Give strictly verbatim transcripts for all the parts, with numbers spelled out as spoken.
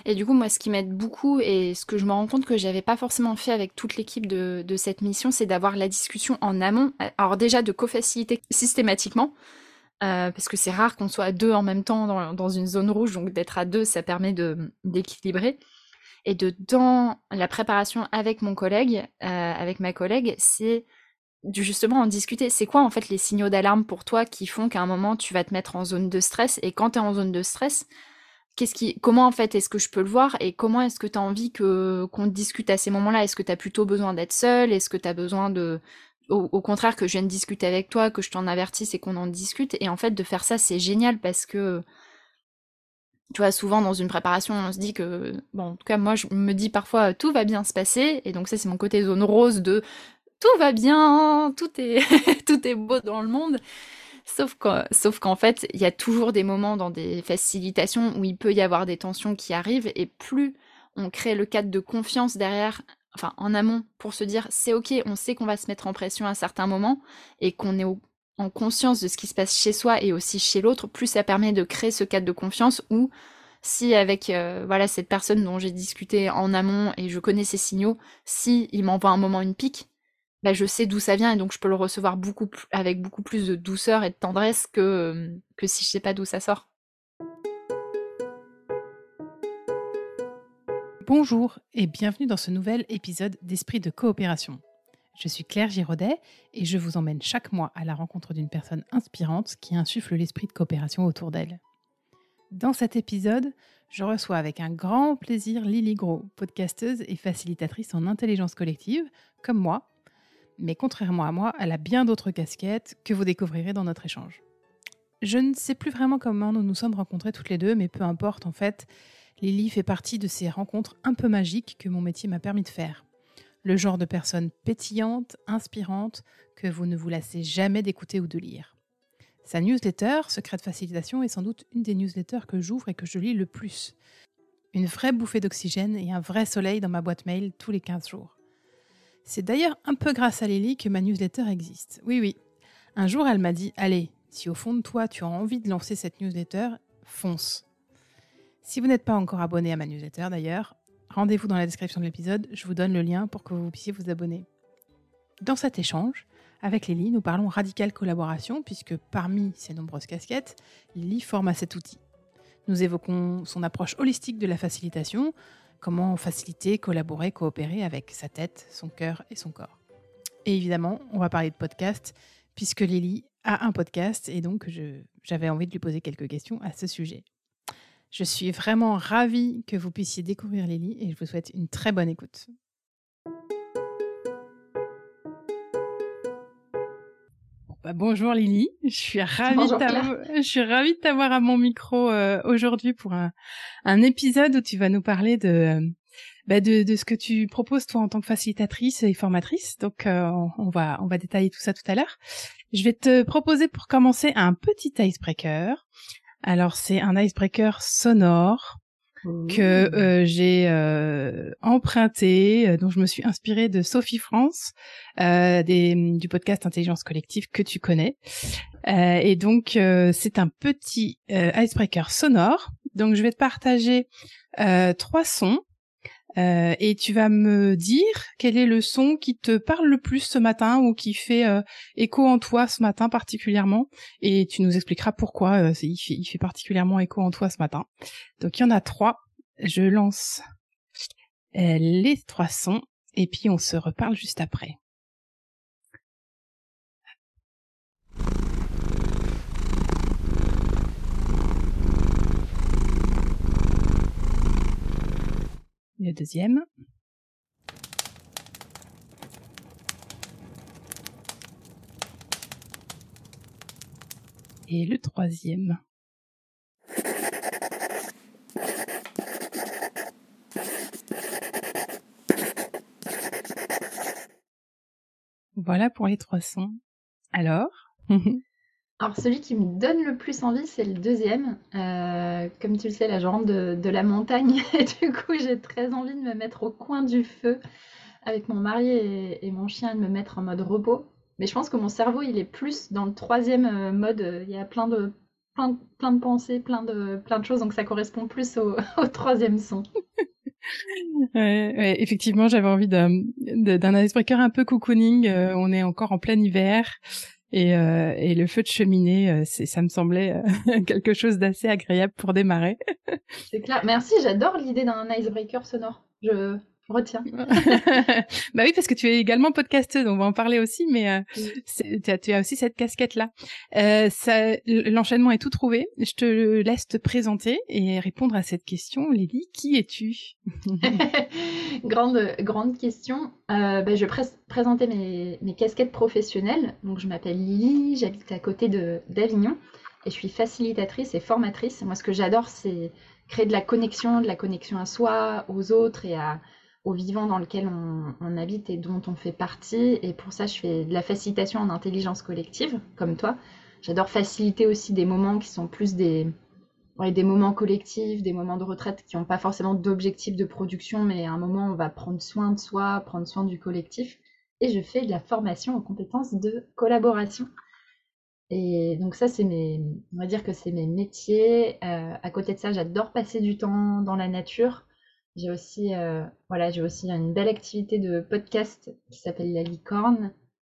Et du coup, moi, ce qui m'aide beaucoup et ce que je me rends compte que j'avais pas forcément fait avec toute l'équipe de, de cette mission, c'est d'avoir la discussion en amont. Alors déjà, de co-faciliter systématiquement, euh, parce que c'est rare qu'on soit à deux en même temps dans, dans une zone rouge, donc d'être à deux, ça permet de d'équilibrer. Et de dans la préparation avec mon collègue, euh, avec ma collègue, c'est du justement en discuter. C'est quoi en fait les signaux d'alarme pour toi qui font qu'à un moment tu vas te mettre en zone de stress et quand tu es en zone de stress, qu'est-ce qui comment en fait est-ce que je peux le voir et comment est-ce que tu as envie que qu'on discute à ces moments-là? Est-ce que tu as plutôt besoin d'être seul? Est-ce que tu as besoin de au, au contraire que je vienne discuter avec toi, que je t'en avertisse et qu'on en discute et en fait de faire ça c'est génial parce que tu vois, souvent dans une préparation, on se dit que, bon, en tout cas, moi, je me dis parfois tout va bien se passer, et donc ça, c'est mon côté zone rose de tout va bien, tout est, tout est beau dans le monde. Sauf qu'en, sauf qu'en fait, il y a toujours des moments dans des facilitations où il peut y avoir des tensions qui arrivent, et plus on crée le cadre de confiance derrière, enfin en amont, pour se dire c'est ok, on sait qu'on va se mettre en pression à un certain moment, et qu'on est au- en conscience de ce qui se passe chez soi et aussi chez l'autre, plus ça permet de créer ce cadre de confiance où si avec euh, voilà cette personne dont j'ai discuté en amont et je connais ses signaux, si il m'envoie un moment une pique, bah, je sais d'où ça vient et donc je peux le recevoir beaucoup plus, avec beaucoup plus de douceur et de tendresse que, euh, que si je sais pas d'où ça sort. Bonjour et bienvenue dans ce nouvel épisode d'Esprit de coopération. Je suis Claire Giraudet et je vous emmène chaque mois à la rencontre d'une personne inspirante qui insuffle l'esprit de coopération autour d'elle. Dans cet épisode, je reçois avec un grand plaisir Lily Gros, podcasteuse et facilitatrice en intelligence collective, comme moi, mais contrairement à moi, elle a bien d'autres casquettes que vous découvrirez dans notre échange. Je ne sais plus vraiment comment nous nous sommes rencontrés toutes les deux, mais peu importe, en fait, Lily fait partie de ces rencontres un peu magiques que mon métier m'a permis de faire. Le genre de personne pétillante, inspirante, que vous ne vous lassez jamais d'écouter ou de lire. Sa newsletter, Secret de Facilitation, est sans doute une des newsletters que j'ouvre et que je lis le plus. Une vraie bouffée d'oxygène et un vrai soleil dans ma boîte mail tous les quinze jours. C'est d'ailleurs un peu grâce à Lily que ma newsletter existe. Oui, oui. Un jour, elle m'a dit « Allez, si au fond de toi, tu as envie de lancer cette newsletter, fonce !» Si vous n'êtes pas encore abonné à ma newsletter d'ailleurs, rendez-vous dans la description de l'épisode, je vous donne le lien pour que vous puissiez vous abonner. Dans cet échange, avec Lily, nous parlons radicale collaboration puisque parmi ses nombreuses casquettes, Lily forme à cet outil. Nous évoquons son approche holistique de la facilitation, comment faciliter, collaborer, coopérer avec sa tête, son cœur et son corps. Et évidemment, on va parler de podcast puisque Lily a un podcast et donc je, j'avais envie de lui poser quelques questions à ce sujet. Je suis vraiment ravie que vous puissiez découvrir Lily et je vous souhaite une très bonne écoute. Bah, bonjour Lily, je suis ravie de Bonjour Claire. t'avoir, je suis ravie de t'avoir à mon micro euh, aujourd'hui pour un, un épisode où tu vas nous parler de, euh, bah de, de ce que tu proposes toi en tant que facilitatrice et formatrice. Donc euh, on, on va on va détailler tout ça tout à l'heure. Je vais te proposer pour commencer un petit icebreaker. Alors c'est un icebreaker sonore que euh, j'ai euh, emprunté, euh, dont je me suis inspirée de Sophie France, euh, des, du podcast Intelligence Collective que tu connais. Euh, et donc, euh, c'est un petit euh, icebreaker sonore. Donc, je vais te partager euh, trois sons. Euh, et tu vas me dire quel est le son qui te parle le plus ce matin ou qui fait euh, écho en toi ce matin particulièrement. Et tu nous expliqueras pourquoi euh, il, fait, il fait particulièrement écho en toi ce matin. Donc il y en a trois. Je lance euh, les trois sons et puis on se reparle juste après. Le deuxième. Et le troisième. Voilà pour les trois sons. Alors Alors celui qui me donne le plus envie, c'est le deuxième. Euh, comme tu le sais, là, je rentre de, de la montagne et du coup, j'ai très envie de me mettre au coin du feu avec mon mari et, et mon chien, et de me mettre en mode repos. Mais je pense que mon cerveau, il est plus dans le troisième euh, mode. Il y a plein de plein, de- plein de pensées, plein de, plein de choses, donc ça correspond plus au, au troisième son. Ouais, ouais, effectivement, j'avais envie d'un de- d'un icebreaker un peu cocooning. Euh, on est encore en plein hiver et, euh, et le feu de cheminée, euh, c'est, ça me semblait euh, quelque chose d'assez agréable pour démarrer. C'est clair. Merci, j'adore l'idée d'un icebreaker sonore. Je retiens. Bah oui, parce que tu es également podcasteuse, on va en parler aussi, mais euh, Oui. c'est- tu as, tu as aussi cette casquette-là. Euh, ça, l'enchaînement est tout trouvé. Je te laisse te présenter et répondre à cette question. Lily, qui es-tu? Grande, grande question. Euh, ben, je vais pré- présenter mes, mes casquettes professionnelles. Donc, je m'appelle Lily, j'habite à côté de d'Avignon et je suis facilitatrice et formatrice. Moi, ce que j'adore, c'est créer de la connexion, de la connexion à soi, aux autres et à, au vivant dans lequel on, on habite et dont on fait partie. Et pour ça, je fais de la facilitation en intelligence collective, comme toi. J'adore faciliter aussi des moments qui sont plus des, ouais, des moments collectifs, des moments de retraite qui n'ont pas forcément d'objectif de production, mais à un moment où on va prendre soin de soi, prendre soin du collectif. Et je fais de la formation aux compétences de collaboration. Et donc ça, c'est mes, on va dire que c'est mes métiers. Euh, à côté de ça, j'adore passer du temps dans la nature. J'ai aussi, euh, voilà, j'ai aussi une belle activité de podcast qui s'appelle La Licorne.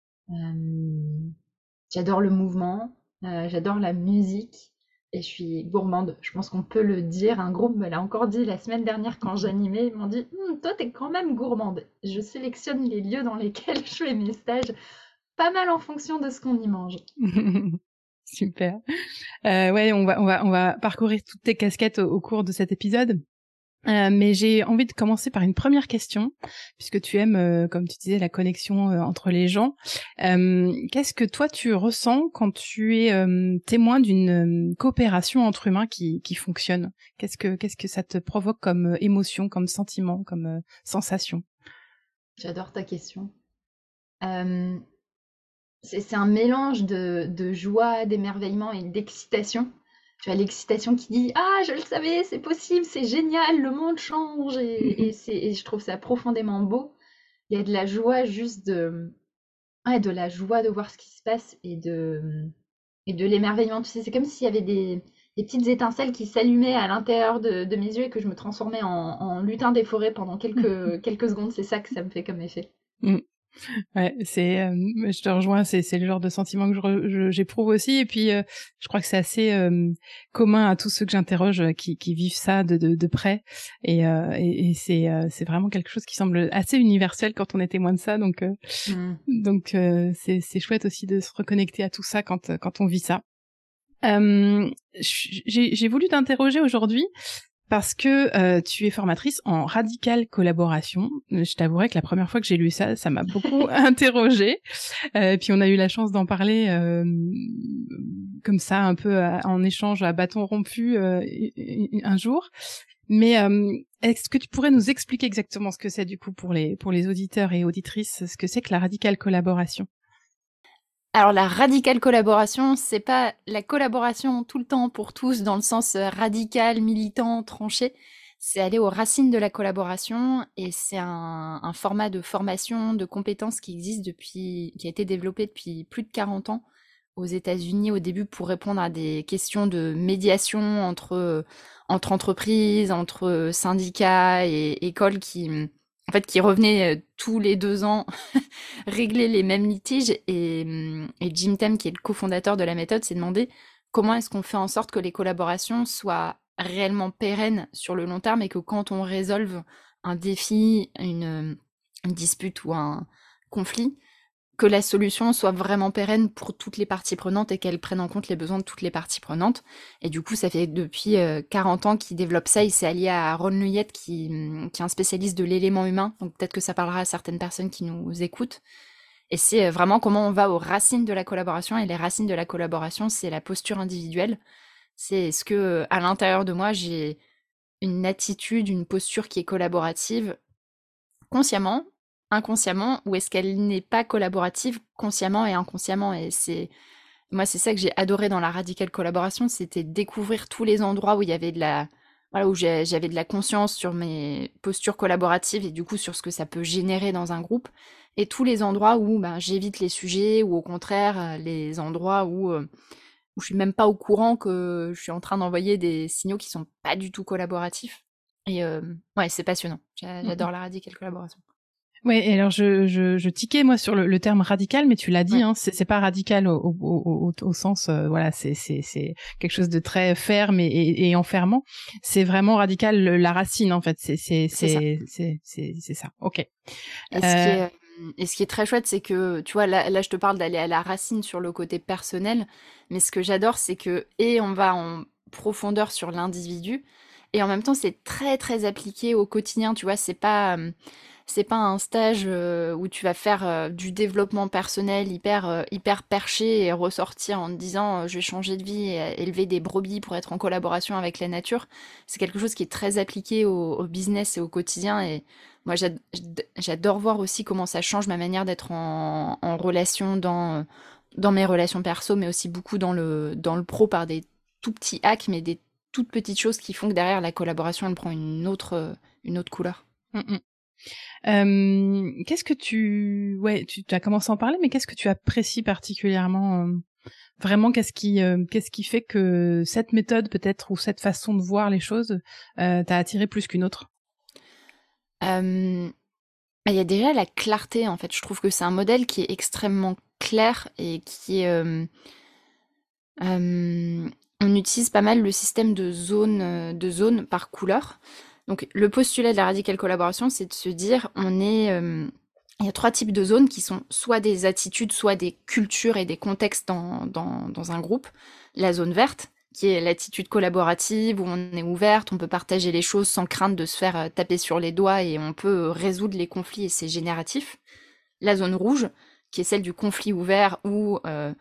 Euh, J'adore le mouvement, euh, j'adore la musique et je suis gourmande. Je pense qu'on peut le dire. Un groupe me l'a encore dit la semaine dernière quand j'animais. Ils m'ont dit Hum, toi, t'es quand même gourmande. Je sélectionne les lieux dans lesquels je fais mes stages, pas mal en fonction de ce qu'on y mange. Super. Euh, ouais, on va on va on va parcourir toutes tes casquettes au, au cours de cet épisode. Euh, mais j'ai envie de commencer par une première question, puisque tu aimes, euh, comme tu disais, la connexion euh, entre les gens. Euh, qu'est-ce que toi tu ressens quand tu es euh, témoin d'une euh, coopération entre humains qui, qui fonctionne? Qu'est-ce que qu'est-ce que ça te provoque comme euh, émotion, comme sentiment, comme euh, sensation? J'adore ta question. Euh, c'est c'est un mélange de, de joie, d'émerveillement et d'excitation. Tu as l'excitation qui dit ah, je le savais, c'est possible, c'est génial, le monde change et, et, c'est, et je trouve ça profondément beau. Il y a de la joie juste de, ouais, de la joie de voir ce qui se passe et de, et de l'émerveillement. Tu sais, c'est comme s'il y avait des, des petites étincelles qui s'allumaient à l'intérieur de, de mes yeux et que je me transformais en, en lutin des forêts pendant quelques, quelques secondes. C'est ça que ça me fait comme effet. Ouais, c'est, euh, je te rejoins, c'est c'est le genre de sentiment que je re- je- j'éprouve aussi, et puis euh, je crois que c'est assez euh, commun à tous ceux que j'interroge euh, qui, qui vivent ça de, de, de près, et, euh, et, et c'est euh, c'est vraiment quelque chose qui semble assez universel quand on est témoin de ça, donc euh, Mm. donc euh, c'est c'est chouette aussi de se reconnecter à tout ça quand quand on vit ça. Euh, j'ai j'ai voulu t'interroger aujourd'hui parce que euh, tu es formatrice en radicale collaboration. Je t'avouerai que la première fois que j'ai lu ça, ça m'a beaucoup interrogée. Euh, puis on a eu la chance d'en parler euh, comme ça, un peu à- en échange à bâton rompu euh, un jour. Mais euh, est-ce que tu pourrais nous expliquer exactement ce que c'est du coup pour les pour les auditeurs et auditrices, ce que c'est que la radicale collaboration? Alors la radicale collaboration, c'est pas la collaboration tout le temps pour tous dans le sens euh, radical, militant, tranché. C'est aller aux racines de la collaboration et c'est un, un format de formation, de compétences qui existe depuis, qui a été développé depuis plus de quarante ans aux États-Unis au début pour répondre à des questions de médiation entre, euh, entre entreprises, entre euh, syndicats et écoles qui, en fait, qui revenaient euh, tous les deux ans régler les mêmes litiges. Et, hum, et Jim Tem, qui est le cofondateur de la méthode, s'est demandé comment est-ce qu'on fait en sorte que les collaborations soient réellement pérennes sur le long terme et que quand on résolve un défi, une, une dispute ou un conflit, que la solution soit vraiment pérenne pour toutes les parties prenantes et qu'elle prenne en compte les besoins de toutes les parties prenantes. Et du coup, ça fait depuis euh, quarante ans qu'il développe ça. Il s'est allié à Ron Luyet, qui, hum, qui est un spécialiste de l'élément humain. Donc peut-être que ça parlera à certaines personnes qui nous écoutent. Et c'est euh, vraiment comment on va aux racines de la collaboration. Et les racines de la collaboration, c'est la posture individuelle. C'est est-ce que euh, à l'intérieur de moi, j'ai une attitude, une posture qui est collaborative consciemment, inconsciemment, ou est-ce qu'elle n'est pas collaborative consciemment et inconsciemment? Et c'est moi, c'est ça que j'ai adoré dans la radicale collaboration, c'était découvrir tous les endroits où il y avait de la voilà, où j'ai- j'avais de la conscience sur mes postures collaboratives et du coup sur ce que ça peut générer dans un groupe, et tous les endroits où ben, j'évite les sujets ou au contraire euh, les endroits où euh, où je suis même pas au courant que je suis en train d'envoyer des signaux qui sont pas du tout collaboratifs. Et euh, ouais, c'est passionnant. J'a- Mm, mm. J'adore la radicale collaboration. Ouais, et alors je, je, je tiquais moi sur le, le terme radical, mais tu l'as dit, Ouais, hein, c'est, c'est pas radical au, au, au, au, au sens, euh, voilà, c'est, c'est, c'est quelque chose de très ferme et, et, et enfermant. C'est vraiment radical le- la racine en fait. C'est, c'est, c'est ça. c'est, c'est, c'est, c'est ça. Ok. Et ce qui Euh, est, euh, et ce qui est très chouette, c'est que, tu vois, là, là, je te parle d'aller à la racine sur le côté personnel, mais ce que j'adore, c'est que, et on va en profondeur sur l'individu, et en même temps, c'est très, très appliqué au quotidien, tu vois, c'est pas, euh, c'est pas un stage euh, où tu vas faire euh, du développement personnel hyper, euh, hyper perché et ressortir en te disant, euh, je vais changer de vie et euh, élever des brebis pour être en collaboration avec la nature. C'est quelque chose qui est très appliqué au, au business et au quotidien, et moi, j'ad- j'ad- j'adore voir aussi comment ça change ma manière d'être en, en relation dans, dans mes relations perso, mais aussi beaucoup dans le, dans le pro par des tout petits hacks, mais des toutes petites choses qui font que derrière la collaboration, elle prend une autre, une autre couleur. mm, mm. Euh, qu'est-ce que tu, ouais, tu, tu as commencé à en parler, mais qu'est-ce que tu apprécies particulièrement, euh, vraiment, qu'est-ce qui, euh, qu'est-ce qui fait que cette méthode peut-être ou cette façon de voir les choses euh, t'a attiré plus qu'une autre? Euh, Il y a déjà la clarté, en fait. Je trouve que c'est un modèle qui est extrêmement clair et qui est... euh, euh, on utilise pas mal le système de zones, euh, de zones par couleur. Donc, le postulat de la radicale collaboration, c'est de se dire, on est... euh, il y a trois types de zones qui sont soit des attitudes, soit des cultures et des contextes dans, dans, dans un groupe. La zone verte, qui est l'attitude collaborative, où on est ouverte, on peut partager les choses sans crainte de se faire euh, taper sur les doigts et on peut euh, résoudre les conflits et c'est génératif. La zone rouge, qui est celle du conflit ouvert, où euh,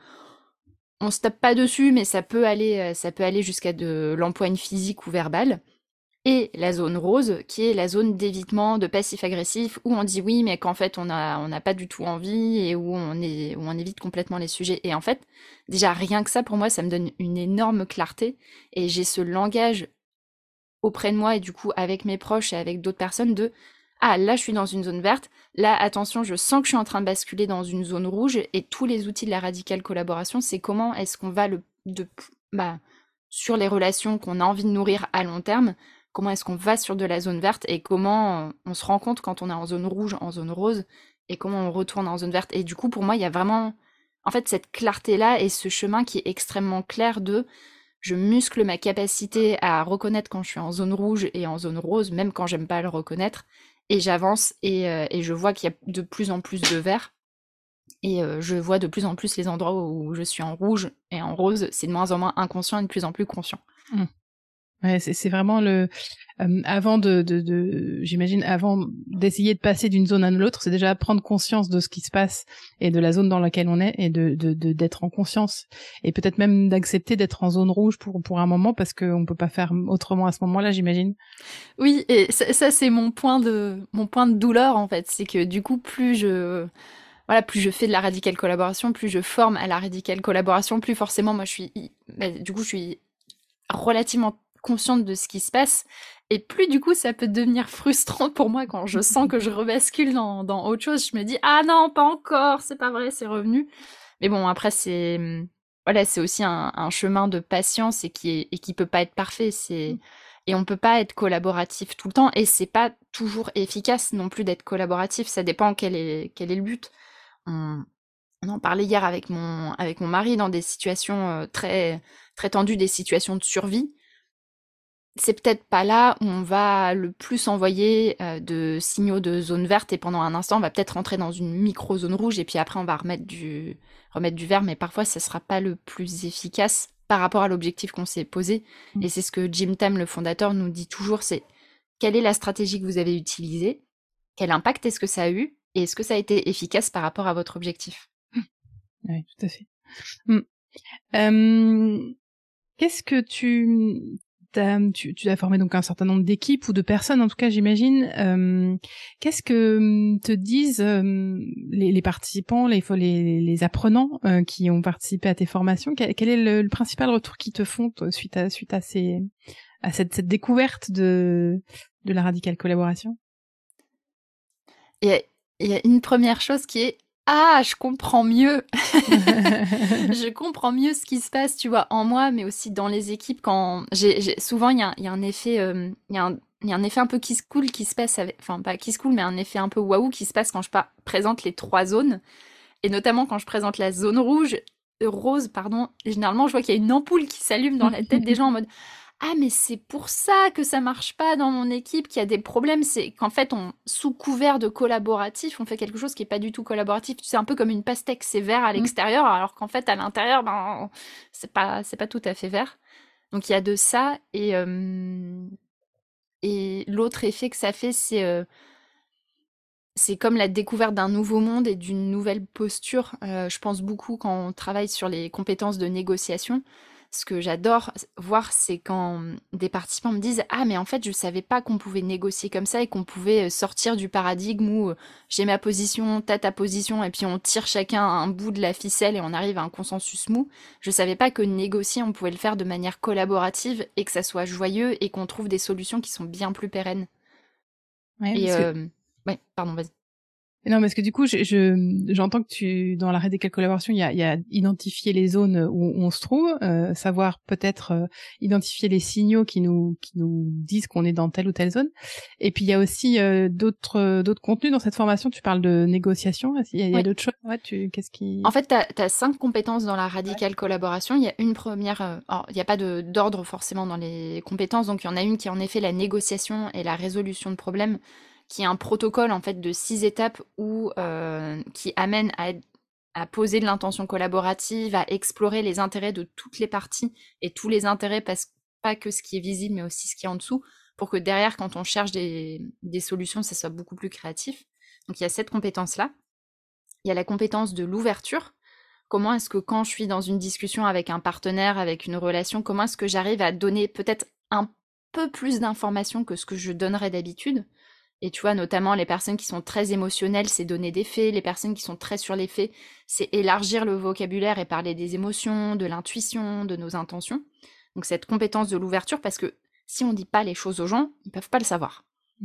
on se tape pas dessus, mais ça peut aller, euh, ça peut aller jusqu'à de l'empoigne physique ou verbale. Et la zone rose, qui est la zone d'évitement, de passif-agressif, où on dit oui, mais qu'en fait on a, on n'a pas du tout envie et où on, est, où on évite complètement les sujets. Et en fait, déjà rien que ça, pour moi, ça me donne une énorme clarté. Et j'ai ce langage auprès de moi et du coup avec mes proches et avec d'autres personnes de ah là je suis dans une zone verte, là attention je sens que je suis en train de basculer dans une zone rouge et tous les outils de la radicale collaboration c'est comment est-ce qu'on va le de bah sur les relations qu'on a envie de nourrir à long terme, comment est-ce qu'on va sur de la zone verte et comment on se rend compte quand on est en zone rouge, en zone rose et comment on retourne en zone verte. Et du coup pour moi il y a vraiment en fait cette clarté là et ce chemin qui est extrêmement clair de je muscle ma capacité à reconnaître quand je suis en zone rouge et en zone rose, même quand j'aime pas le reconnaître. Et j'avance et, euh, et je vois qu'il y a de plus en plus de vert. Et euh, je vois de plus en plus les endroits où je suis en rouge et en rose. C'est de moins en moins inconscient et de plus en plus conscient. Mm. Ouais, c'est, c'est vraiment le euh, avant de, de, de j'imagine avant d'essayer de passer d'une zone à l'autre, c'est déjà prendre conscience de ce qui se passe et de la zone dans laquelle on est et de, de, de d'être en conscience et peut-être même d'accepter d'être en zone rouge pour pour un moment parce qu'on peut pas faire autrement à ce moment-là, j'imagine. Oui, et ça, ça, c'est mon point de mon point de douleur en fait, c'est que du coup plus je voilà, plus je fais de la radicale collaboration, plus je forme à la radicale collaboration, plus forcément moi je suis bah, du coup je suis relativement consciente de ce qui se passe. Et plus du coup, ça peut devenir frustrant pour moi quand je sens que je rebascule dans, dans autre chose. Je me dis, ah non, pas encore, c'est pas vrai, c'est revenu. Mais bon, après, c'est voilà, c'est aussi un, un chemin de patience et qui est, et qui peut pas être parfait. C'est et on peut pas être collaboratif tout le temps et c'est pas toujours efficace non plus d'être collaboratif. Ça dépend quel est quel est le but. On, on en parlait hier avec mon avec mon mari dans des situations euh, très très tendues, des situations de survie. C'est peut-être pas là où on va le plus envoyer euh, de signaux de zone verte et pendant un instant on va peut-être rentrer dans une micro zone rouge et puis après on va remettre du remettre du vert mais parfois ça sera pas le plus efficace par rapport à l'objectif qu'on s'est posé et c'est ce que Jim Tam le fondateur nous dit toujours, c'est quelle est la stratégie que vous avez utilisée, quel impact est-ce que ça a eu et est-ce que ça a été efficace par rapport à votre objectif. Oui, tout à fait. Mm. Euh, qu'est-ce que tu t'as, tu, tu as formé donc un certain nombre d'équipes ou de personnes, en tout cas, j'imagine. Euh, qu'est-ce que hum, te disent euh, les, les participants, les, les, les apprenants euh, qui ont participé à tes formations? Quel, quel est le, le principal retour qu'ils te font toi, suite à suite à ces à cette, cette découverte de de la radicale collaboration? Et il y a une première chose qui est ah, je comprends mieux. Je comprends mieux ce qui se passe, tu vois, en moi, mais aussi dans les équipes. Quand j'ai, j'ai- souvent, il y a, il y a un effet, euh, il y a un, il y a un effet un peu kiss cool qui se passe, avec, enfin pas kiss cool, mais un effet un peu waouh qui se passe quand je pa- présente les trois zones, et notamment quand je présente la zone rouge, euh, rose, pardon. Et généralement, je vois qu'il y a une ampoule qui s'allume dans la tête des gens en mode ah, mais c'est pour ça que ça marche pas dans mon équipe, qu'il y a des problèmes. C'est qu'en fait, on, sous couvert de collaboratif, on fait quelque chose qui est pas du tout collaboratif. C'est un peu comme une pastèque, c'est vert à Mm. l'extérieur, alors qu'en fait, à l'intérieur, ben, c'est pas, c'est pas tout à fait vert. Donc il y a de ça, et, euh, et l'autre effet que ça fait, c'est euh, c'est comme la découverte d'un nouveau monde et d'une nouvelle posture. Euh, je pense beaucoup quand on travaille sur les compétences de négociation. Ce que j'adore voir, c'est quand des participants me disent ah mais en fait je savais pas qu'on pouvait négocier comme ça et qu'on pouvait euh, sortir du paradigme où euh, j'ai ma position, t'as ta position et puis on tire chacun un bout de la ficelle et on arrive à un consensus mou. Je savais pas que négocier on pouvait le faire de manière collaborative et que ça soit joyeux et qu'on trouve des solutions qui sont bien plus pérennes. Ouais, Et parce que euh... ouais, pardon, vas-y. non, parce que du coup, je, je- j'entends que tu, dans la radicale collaboration, il y a, il y a identifier les zones où, où on se trouve, euh, savoir peut-être euh, identifier les signaux qui nous, qui nous disent qu'on est dans telle ou telle zone. Et puis il y a aussi euh, d'autres, euh, d'autres contenus dans cette formation. Tu parles de négociation. Il y a, il y a Oui. d'autres choses. Ouais, tu, qu'est-ce En qui... fait, tu as cinq compétences dans la radicale collaboration. Il y a une première, euh, alors, il n'y a pas de- d'ordre forcément dans les compétences, donc il y en a une qui est en effet la négociation et la résolution de problèmes, qui est un protocole en fait de six étapes où, euh, qui amène à, à poser de l'intention collaborative, à explorer les intérêts de toutes les parties et tous les intérêts, parce, pas que ce qui est visible, mais aussi ce qui est en dessous, pour que derrière, quand on cherche des, des solutions, ça soit beaucoup plus créatif. Donc il y a cette compétence-là. Il y a la compétence de l'ouverture. Comment est-ce que quand je suis dans une discussion avec un partenaire, avec une relation, comment est-ce que j'arrive à donner peut-être un peu plus d'informations que ce que je donnerais d'habitude? Et tu vois, notamment les personnes qui sont très émotionnelles, c'est donner des faits. Les personnes qui sont très sur les faits, c'est élargir le vocabulaire et parler des émotions, de l'intuition, de nos intentions. Donc cette compétence de l'ouverture, parce que si on ne dit pas les choses aux gens, ils ne peuvent pas le savoir.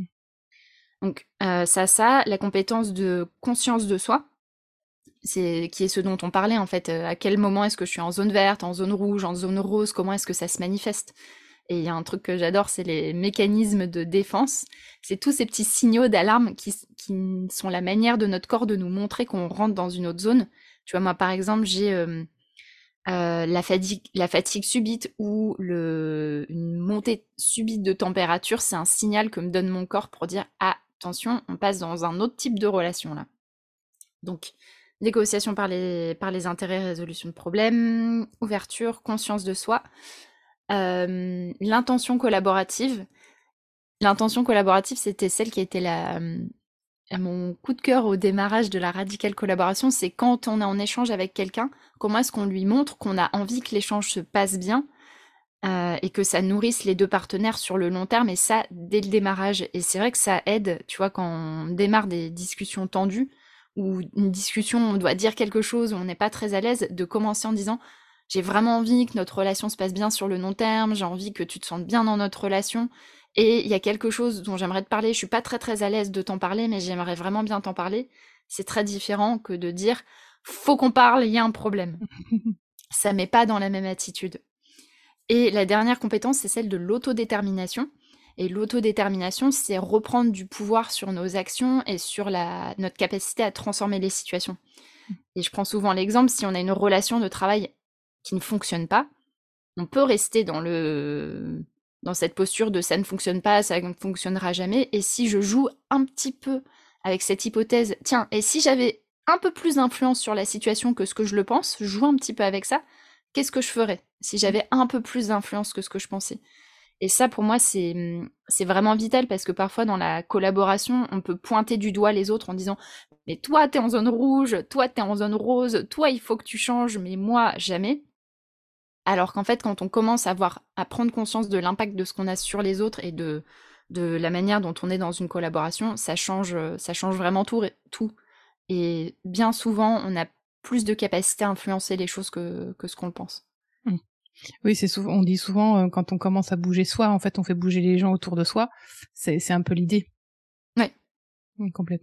Donc euh, ça, ça, la compétence de conscience de soi, c'est qui est ce dont on parlait en fait. Euh, à quel moment est-ce que je suis en zone verte, en zone rouge, en zone rose? Comment est-ce que ça se manifeste? Et il y a un truc que j'adore, c'est les mécanismes de défense. C'est tous ces petits signaux d'alarme qui, qui sont la manière de notre corps de nous montrer qu'on rentre dans une autre zone. Tu vois, moi par exemple, j'ai euh, euh, la fatigue, la fatigue subite ou le, une montée subite de température, c'est un signal que me donne mon corps pour dire ah, attention, on passe dans un autre type de relation là. Donc, négociation par les, par les intérêts, résolution de problèmes, ouverture, conscience de soi. Euh, l'intention collaborative. L'intention collaborative, c'était celle qui était la, mon coup de cœur au démarrage de la radicale collaboration. C'est quand on est en échange avec quelqu'un, comment est-ce qu'on lui montre qu'on a envie que l'échange se passe bien euh, et que ça nourrisse les deux partenaires sur le long terme, et ça, dès le démarrage. Et c'est vrai que ça aide, tu vois, quand on démarre des discussions tendues, ou une discussion, on doit dire quelque chose, où on n'est pas très à l'aise, de commencer en disant j'ai vraiment envie que notre relation se passe bien sur le long terme, j'ai envie que tu te sentes bien dans notre relation, et il y a quelque chose dont j'aimerais te parler, je suis pas très très à l'aise de t'en parler, mais j'aimerais vraiment bien t'en parler. C'est très différent que de dire faut qu'on parle, il y a un problème. Ça met pas dans la même attitude. Et la dernière compétence, c'est celle de l'autodétermination. Et l'autodétermination, c'est reprendre du pouvoir sur nos actions et sur la, notre capacité à transformer les situations. Et je prends souvent l'exemple, si on a une relation de travail qui ne fonctionne pas, on peut rester dans, le, dans cette posture de ça ne fonctionne pas, ça ne fonctionnera jamais. Et si je joue un petit peu avec cette hypothèse, tiens, et si j'avais un peu plus d'influence sur la situation que ce que je le pense, je joue un petit peu avec ça, qu'est-ce que je ferais si j'avais un peu plus d'influence que ce que je pensais? Et ça, pour moi, c'est c'est vraiment vital, parce que parfois, dans la collaboration, on peut pointer du doigt les autres en disant « Mais toi, t'es en zone rouge, toi, t'es en zone rose, toi, il faut que tu changes, mais moi, jamais. » Alors qu'en fait, quand on commence à, voir, à prendre conscience de l'impact de ce qu'on a sur les autres et de, de la manière dont on est dans une collaboration, ça change, ça change vraiment tout, tout. Et bien souvent, on a plus de capacité à influencer les choses que, que ce qu'on le pense. Mmh. Oui, c'est souvent, on dit souvent, euh, quand on commence à bouger soi, en fait, on fait bouger les gens autour de soi. C'est, c'est un peu l'idée. Ouais. Oui, complètement.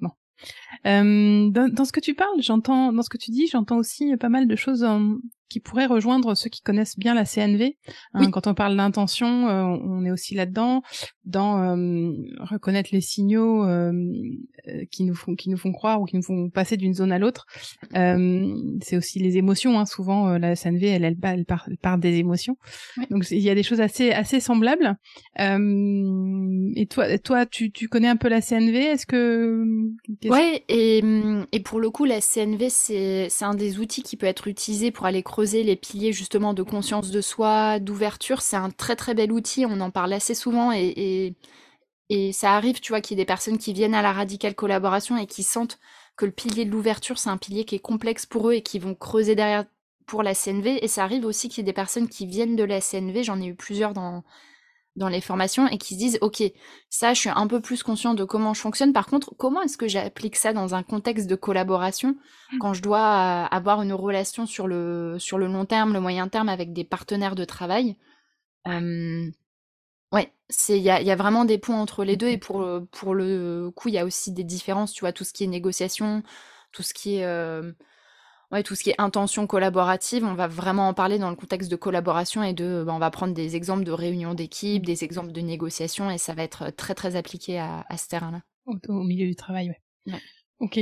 Euh, dans, dans ce que tu parles, j'entends, dans ce que tu dis, j'entends aussi pas mal de choses euh, qui pourraient rejoindre ceux qui connaissent bien la C N V. Hein, Oui. Quand on parle d'intention, euh, on est aussi là-dedans, dans euh, reconnaître les signaux euh, qui nous font, qui nous font croire ou qui nous font passer d'une zone à l'autre. Euh, c'est aussi les émotions. Hein, souvent, euh, la C N V, elle, elle, elle, part, elle part des émotions. Oui. Donc il y a des choses assez, assez semblables. Euh, et toi, toi, tu, tu connais un peu la C N V? Est-ce que Ouais, et, et pour le coup, la C N V, c'est, c'est un des outils qui peut être utilisé pour aller creuser les piliers justement de conscience de soi, d'ouverture. C'est un très très bel outil, on en parle assez souvent et, et, et ça arrive, tu vois, qu'il y ait des personnes qui viennent à la radicale collaboration et qui sentent que le pilier de l'ouverture, c'est un pilier qui est complexe pour eux et qui vont creuser derrière pour la C N V. Et ça arrive aussi qu'il y ait des personnes qui viennent de la C N V, j'en ai eu plusieurs dans... dans les formations et qui se disent ok, ça je suis un peu plus conscient de comment je fonctionne, par contre comment est-ce que j'applique ça dans un contexte de collaboration quand je dois euh, avoir une relation sur le, sur le long terme, le moyen terme avec des partenaires de travail. euh, ouais, c'est il y a, y a vraiment des points entre les deux et pour, pour le coup il y a aussi des différences, tu vois, tout ce qui est négociation, tout ce qui est... euh, Ouais, tout ce qui est intention collaborative, on va vraiment en parler dans le contexte de collaboration et de, bah, on va prendre des exemples de réunions d'équipe, des exemples de négociations et ça va être très très appliqué à, à ce terrain-là. Au, au milieu du travail, ouais. Ouais. Ok.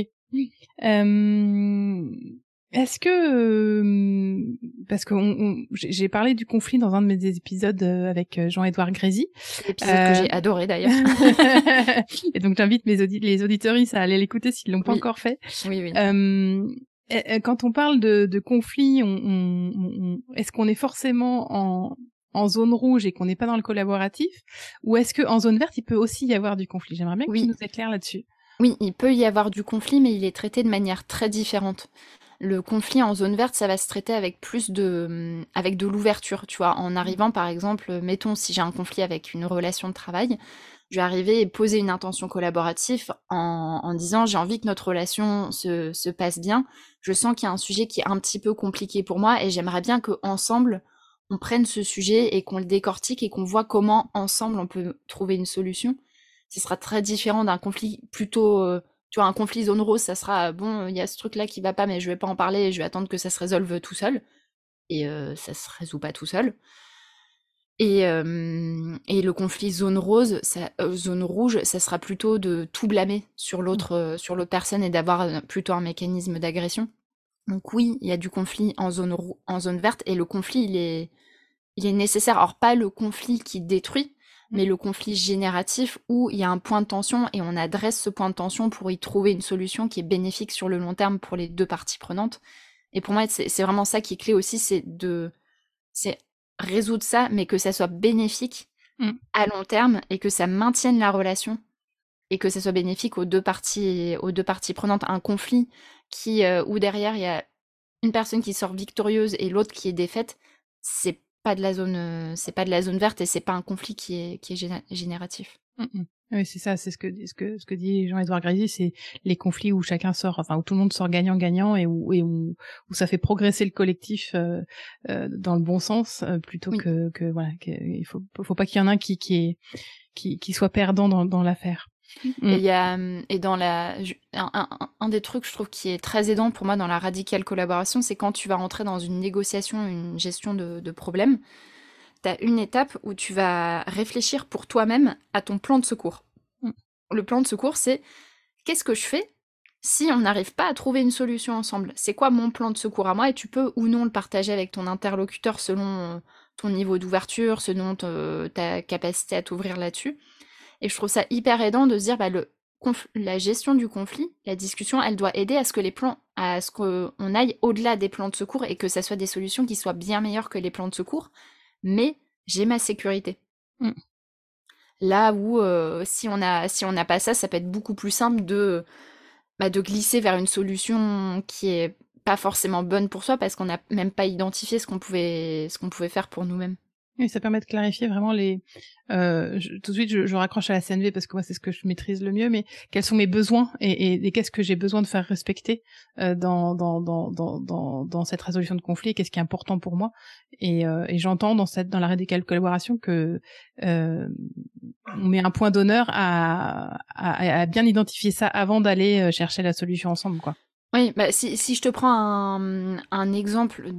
Euh, est-ce que, euh, parce que on, on, j'ai parlé du conflit dans un de mes épisodes avec Jean-Édouard Grézy. Épisode euh... que j'ai adoré d'ailleurs. Et donc j'invite mes audi les auditeuristes à aller l'écouter s'ils l'ont pas oui. encore fait. Oui, oui. Euh, quand on parle de, de conflit, on, on, on, est-ce qu'on est forcément en, en zone rouge et qu'on n'est pas dans le collaboratif, ou est-ce que en zone verte il peut aussi y avoir du conflit? J'aimerais bien que oui. tu nous éclaires là-dessus. Oui, il peut y avoir du conflit, mais il est traité de manière très différente. Le conflit en zone verte, ça va se traiter avec plus de, avec de l'ouverture, tu vois. En arrivant, par exemple, mettons si j'ai un conflit avec une relation de travail, je vais arriver et poser une intention collaborative en, en disant j'ai envie que notre relation se, se passe bien. Je sens qu'il y a un sujet qui est un petit peu compliqué pour moi et j'aimerais bien qu'ensemble, on prenne ce sujet et qu'on le décortique et qu'on voit comment ensemble on peut trouver une solution. Ce sera très différent d'un conflit plutôt, euh, tu vois, un conflit zone rose, ça sera bon, il y a ce truc là qui va pas, mais je vais pas en parler, et je vais attendre que ça se résolve tout seul. Et euh, ça se résout pas tout seul. Et, euh, et le conflit zone rose, ça, euh, zone rouge, ça sera plutôt de tout blâmer sur l'autre, euh, sur l'autre personne et d'avoir plutôt un mécanisme d'agression. Donc oui, il y a du conflit en zone en zone verte et le conflit il est, il est nécessaire. Alors pas le conflit qui détruit, mais le conflit génératif où il y a un point de tension et on adresse ce point de tension pour y trouver une solution qui est bénéfique sur le long terme pour les deux parties prenantes. Et pour moi, c'est, c'est vraiment ça qui est clé aussi, c'est de, c'est résoudre ça, mais que ça soit bénéfique mm. à long terme et que ça maintienne la relation et que ça soit bénéfique aux deux parties, aux deux parties prenantes. Un conflit qui, euh, où derrière il y a une personne qui sort victorieuse et l'autre qui est défaite, c'est pas de la zone, euh, c'est pas de la zone verte et c'est pas un conflit qui est, qui est géné- génératif. Mm-mm. Oui, c'est ça, c'est ce que ce que ce que dit Jean-Édouard Grézy, c'est les conflits où chacun sort, enfin où tout le monde sort gagnant-gagnant et où et où, où ça fait progresser le collectif euh, euh, dans le bon sens euh, plutôt oui. que que voilà, que, il faut faut pas qu'il y en ait un qui qui est qui qui soit perdant dans dans l'affaire. Mm. Et il y a et dans la un, un, un des trucs je trouve qui est très aidant pour moi dans la radicale collaboration, c'est quand tu vas rentrer dans une négociation, une gestion de, de problèmes. T'as une étape où tu vas réfléchir pour toi-même à ton plan de secours. Mm. Le plan de secours, c'est qu'est-ce que je fais si on n'arrive pas à trouver une solution ensemble? C'est quoi mon plan de secours à moi? Et tu peux ou non le partager avec ton interlocuteur selon ton niveau d'ouverture, selon te, ta capacité à t'ouvrir là-dessus. Et je trouve ça hyper aidant de se dire, bah, le conf- la gestion du conflit, la discussion, elle doit aider à ce que les plans, à ce qu'on aille au-delà des plans de secours et que ça soit des solutions qui soient bien meilleures que les plans de secours. Mais j'ai ma sécurité. Mm. Là où euh, si on a si on n'a pas ça, ça peut être beaucoup plus simple de bah, de glisser vers une solution qui est pas forcément bonne pour soi parce qu'on n'a même pas identifié ce qu'on pouvait ce qu'on pouvait faire pour nous-mêmes. Oui, ça permet de clarifier vraiment les. Euh, je, tout de suite, je, je raccroche à la C N V parce que moi, c'est ce que je maîtrise le mieux. Mais quels sont mes besoins et, et, et qu'est-ce que j'ai besoin de faire respecter euh, dans, dans dans dans dans dans cette résolution de conflit? Qu'est-ce qui est important pour moi? Et, euh, et j'entends dans cette dans la radicale collaboration que euh, on met un point d'honneur à, à, à bien identifier ça avant d'aller chercher la solution ensemble, quoi. Oui, bah si, si je te prends un, un exemple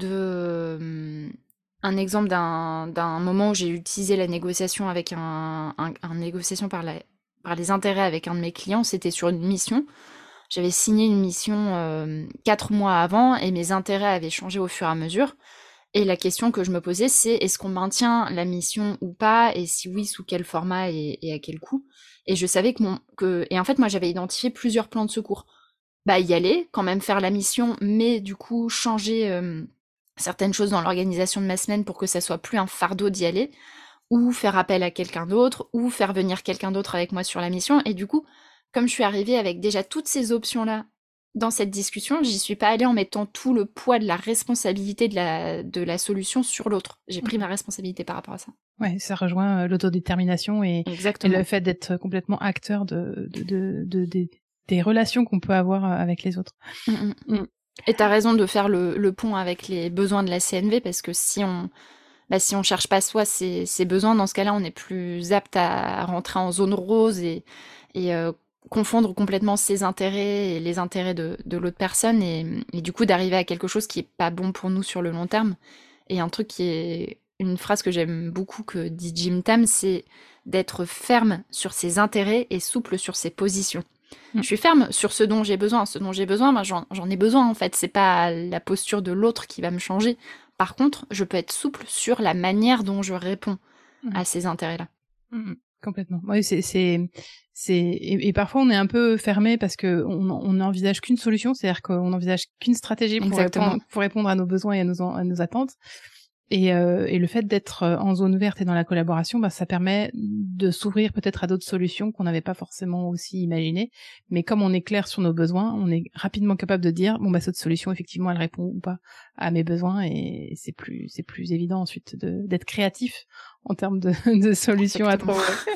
de un exemple d'un d'un moment où j'ai utilisé la négociation avec un, un, un négociation par la par les intérêts avec un de mes clients, c'était sur une mission. J'avais signé une mission euh, quatre mois avant et mes intérêts avaient changé au fur et à mesure. Et la question que je me posais, c'est est-ce qu'on maintient la mission ou pas, et si oui, sous quel format et, et à quel coût. Et je savais que mon que et en fait moi j'avais identifié plusieurs plans de secours. Bah y aller, quand même faire la mission, mais du coup changer euh, certaines choses dans l'organisation de ma semaine pour que ça soit plus un fardeau d'y aller, ou faire appel à quelqu'un d'autre, ou faire venir quelqu'un d'autre avec moi sur la mission. Et du coup, comme je suis arrivée avec déjà toutes ces options-là dans cette discussion, j'y suis pas allée en mettant tout le poids de la responsabilité de la, de la solution sur l'autre. J'ai pris ma responsabilité par rapport à ça. Ouais, ça rejoint euh, l'autodétermination et, et le fait d'être complètement acteur de, de, de, de, de des relations qu'on peut avoir avec les autres. Mmh, mmh. Mmh. Et t'as raison de faire le, le pont avec les besoins de la C N V, parce que si on bah, si on cherche pas soi ses, ses besoins, dans ce cas-là, on est plus apte à rentrer en zone rose et, et euh, confondre complètement ses intérêts et les intérêts de, de l'autre personne, et, et du coup d'arriver à quelque chose qui est pas bon pour nous sur le long terme. Et un truc qui est une phrase que j'aime beaucoup que dit Jim Tam, c'est d'être ferme sur ses intérêts et souple sur ses positions. Mmh. Je suis ferme sur ce dont j'ai besoin. Ce dont j'ai besoin, ben j'en, j'en ai besoin en fait. C'est pas la posture de l'autre qui va me changer. Par contre, je peux être souple sur la manière dont je réponds mmh. à ces intérêts-là. Mmh. Complètement. Oui, c'est, c'est, c'est, et, et parfois on est un peu fermé parce que on, on n'envisage qu'une solution, c'est-à-dire qu'on n'envisage qu'une stratégie pour répondre, pour répondre à nos besoins et à nos, à nos attentes. Et, euh, et le fait d'être en zone verte et dans la collaboration, bah, ça permet de s'ouvrir peut-être à d'autres solutions qu'on n'avait pas forcément aussi imaginées. Mais comme on est clair sur nos besoins, on est rapidement capable de dire bon bah cette solution effectivement elle répond ou pas à mes besoins, et c'est plus c'est plus évident ensuite de, d'être créatif en termes de, de solutions Exactement. à trouver.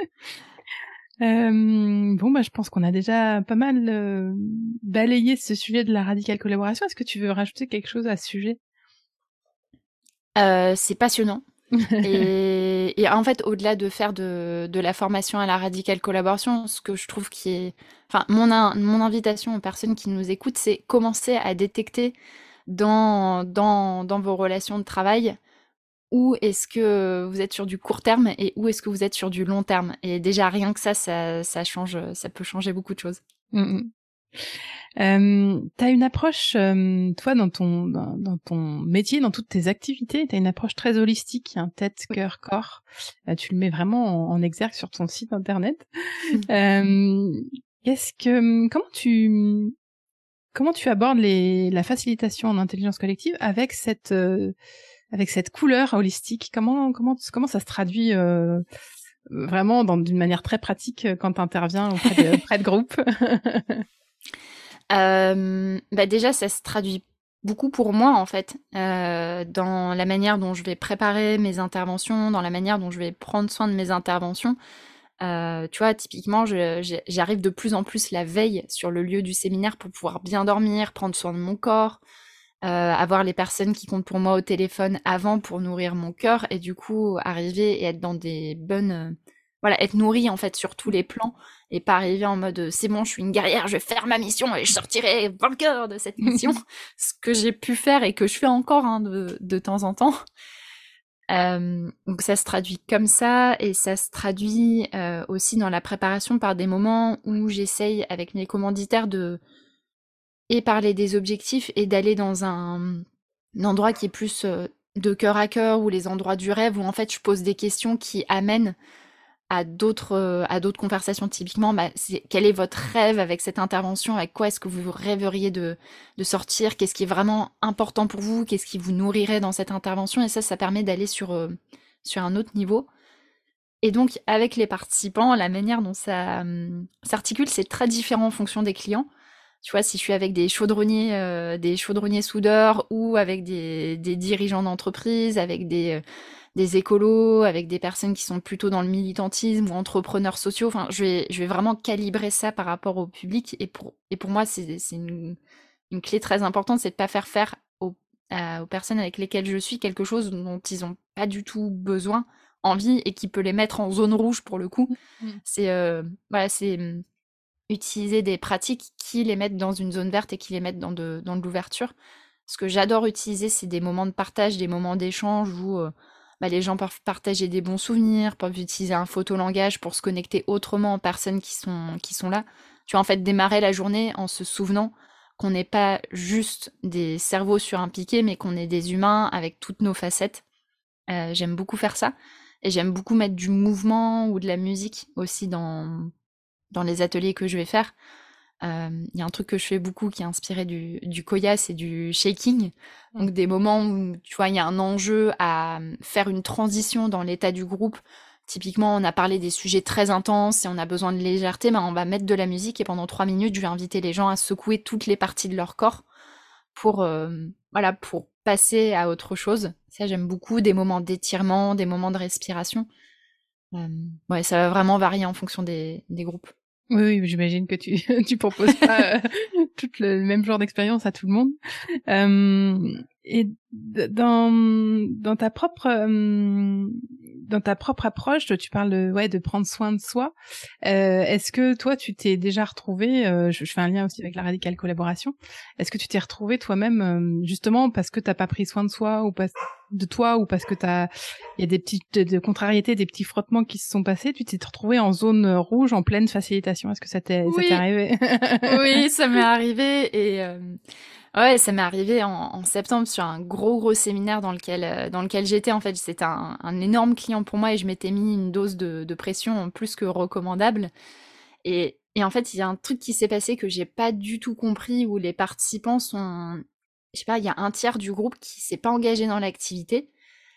Euh, bon bah je pense qu'on a déjà pas mal euh, balayé ce sujet de la radicale collaboration. Est-ce que tu veux rajouter quelque chose à ce sujet? Euh, c'est passionnant. et, et en fait, au-delà de faire de, de la formation à la radicale collaboration, ce que je trouve qui est... Enfin, mon, mon invitation aux personnes qui nous écoutent, c'est commencer à détecter dans, dans, dans vos relations de travail où est-ce que vous êtes sur du court terme et où est-ce que vous êtes sur du long terme. Et déjà, rien que ça, ça, ça change, ça peut changer beaucoup de choses. Mmh. Euh, t'as une approche, euh, toi, dans ton dans, dans ton métier, dans toutes tes activités, t'as une approche très holistique, hein, tête, oui. cœur, corps. Euh, tu le mets vraiment en, en exergue sur ton site internet. Mmh. Euh, qu'est-ce que, comment tu, comment tu abordes les, la facilitation en intelligence collective avec cette, euh, avec cette couleur holistique? Comment, comment, comment ça se traduit euh, vraiment dans d'une manière très pratique quand t'interviens auprès de, auprès de groupes? Euh, bah déjà, ça se traduit beaucoup pour moi, en fait, euh, dans la manière dont je vais préparer mes interventions, dans la manière dont je vais prendre soin de mes interventions. Euh, tu vois, typiquement, je, je, j'arrive de plus en plus la veille sur le lieu du séminaire pour pouvoir bien dormir, prendre soin de mon corps, euh, avoir les personnes qui comptent pour moi au téléphone avant pour nourrir mon cœur, et du coup, arriver et être dans des bonnes... Euh, voilà, être nourrie en fait sur tous les plans, et pas arriver en mode c'est bon, je suis une guerrière, je vais faire ma mission et je sortirai vainqueur de cette mission. Ce que j'ai pu faire et que je fais encore hein, de, de temps en temps. Euh, donc ça se traduit comme ça, et ça se traduit euh, aussi dans la préparation par des moments où j'essaye avec mes commanditaires de et parler des objectifs et d'aller dans un, un endroit qui est plus euh, de cœur à cœur, ou les endroits du rêve où en fait je pose des questions qui amènent à d'autres euh, à d'autres conversations. Typiquement, bah, c'est, quel est votre rêve avec cette intervention, avec quoi est-ce que vous rêveriez de, de sortir, qu'est-ce qui est vraiment important pour vous, qu'est-ce qui vous nourrirait dans cette intervention, et ça, ça permet d'aller sur, euh, sur un autre niveau. Et donc, avec les participants, la manière dont ça euh, s'articule, c'est très différent en fonction des clients. Tu vois, si je suis avec des chaudronniers, euh, des chaudronniers soudeurs, ou avec des, des dirigeants d'entreprise, avec des... Euh, des écolos, avec des personnes qui sont plutôt dans le militantisme ou entrepreneurs sociaux. Enfin, je vais, je vais vraiment calibrer ça par rapport au public. Et pour, et pour moi, c'est, c'est une, une clé très importante, c'est de pas faire faire aux, à, aux personnes avec lesquelles je suis quelque chose dont ils n'ont pas du tout besoin envie et qui peut les mettre en zone rouge pour le coup. Mmh. C'est euh, voilà, c'est hum, utiliser des pratiques qui les mettent dans une zone verte et qui les mettent dans de, dans de l'ouverture. Ce que j'adore utiliser, c'est des moments de partage, des moments d'échange où euh, bah, les gens peuvent partager des bons souvenirs, peuvent utiliser un photolangage pour se connecter autrement aux personnes qui sont, qui sont là. Tu vois, en fait, démarrer la journée en se souvenant qu'on n'est pas juste des cerveaux sur un piquet, mais qu'on est des humains avec toutes nos facettes. Euh, j'aime beaucoup faire ça. Et j'aime beaucoup mettre du mouvement ou de la musique aussi dans, dans les ateliers que je vais faire. Il euh, y a un truc que je fais beaucoup qui est inspiré du, du koyas et du shaking. Donc des moments où, tu vois, il y a un enjeu à faire une transition dans l'état du groupe. Typiquement, on a parlé des sujets très intenses et on a besoin de légèreté, mais on va mettre de la musique et pendant trois minutes, je vais inviter les gens à secouer toutes les parties de leur corps pour, euh, voilà, pour passer à autre chose. Ça, j'aime beaucoup. Des moments d'étirement, des moments de respiration. Euh, ouais, ça va vraiment varier en fonction des, des groupes. Oui, oui, j'imagine que tu tu proposes pas euh, tout le même genre d'expérience à tout le monde. Euh, et d- dans dans ta propre euh, dans ta propre approche, tu parles de ouais de prendre soin de soi. Euh, est-ce que toi tu t'es déjà retrouvé euh, je, je fais un lien aussi avec la radicale collaboration. Est-ce que tu t'es retrouvé toi-même euh, justement parce que t'as pas pris soin de soi ou pas de toi ou parce que t'as il y a des petites de, de contrariétés, des petits frottements qui se sont passés, tu t'es retrouvé en zone rouge en pleine facilitation. Est-ce que ça t'est ça Oui, t'est arrivé? oui, ça m'est arrivé et euh, ouais, ça m'est arrivé en, en septembre sur un gros gros séminaire dans lequel euh, dans lequel j'étais en fait. C'était un, un énorme client pour moi et je m'étais mis une dose de, de pression plus que recommandable. Et, et en fait, il y a un truc qui s'est passé que j'ai pas du tout compris où les participants sont, je sais pas, il y a un tiers du groupe qui s'est pas engagé dans l'activité.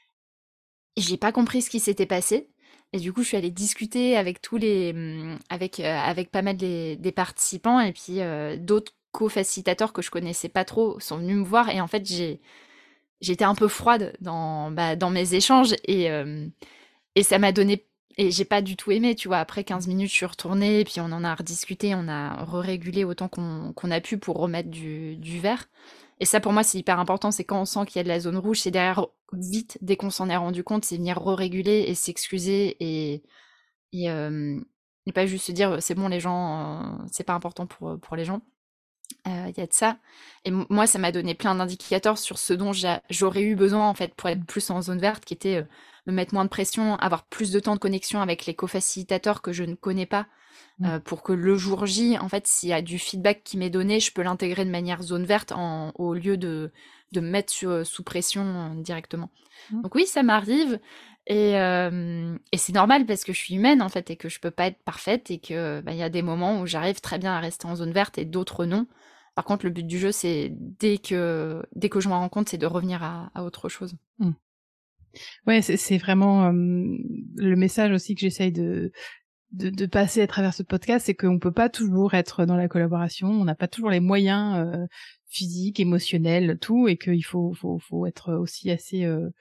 Et j'ai pas compris ce qui s'était passé. Et du coup, je suis allée discuter avec tous les, hum, avec, euh, avec pas mal des, des participants et puis euh, d'autres co-facilitateurs que je connaissais pas trop sont venus me voir et en fait, j'ai, j'étais un peu froide dans, bah, dans mes échanges et, euh, et ça m'a donné, et j'ai pas du tout aimé, tu vois. Après quinze minutes, je suis retournée et puis on en a rediscuté, on a régulé autant qu'on qu'on a pu pour remettre du, du vert. Et ça, pour moi, c'est hyper important. C'est quand on sent qu'il y a de la zone rouge, c'est derrière, vite, dès qu'on s'en est rendu compte, c'est venir re-réguler et s'excuser et, et, euh, et pas juste se dire c'est bon, les gens, euh, c'est pas important pour, pour les gens. Il euh, y a de ça. Et m- moi, ça m'a donné plein d'indicateurs sur ce dont j'a- j'aurais eu besoin en fait pour être plus en zone verte, qui était euh, me mettre moins de pression, avoir plus de temps de connexion avec les co-facilitateurs que je ne connais pas, euh, pour que le jour J, en fait, s'il y a du feedback qui m'est donné, je peux l'intégrer de manière zone verte en, au lieu de, de me mettre sur- sous pression euh, directement. Mm. Donc oui, ça m'arrive. Et, euh, et c'est normal parce que je suis humaine en fait et que je peux pas être parfaite et que bah, il y a des moments où j'arrive très bien à rester en zone verte et d'autres non. Par contre, le but du jeu, c'est dès que dès que je m'en rends compte, c'est de revenir à, à autre chose. Mm. Ouais, c'est c'est vraiment euh, le message aussi que j'essaye de, de de passer à travers ce podcast, c'est qu'on peut pas toujours être dans la collaboration, on n'a pas toujours les moyens euh, physiques, émotionnels, tout, et qu'il faut faut faut être aussi assez euh,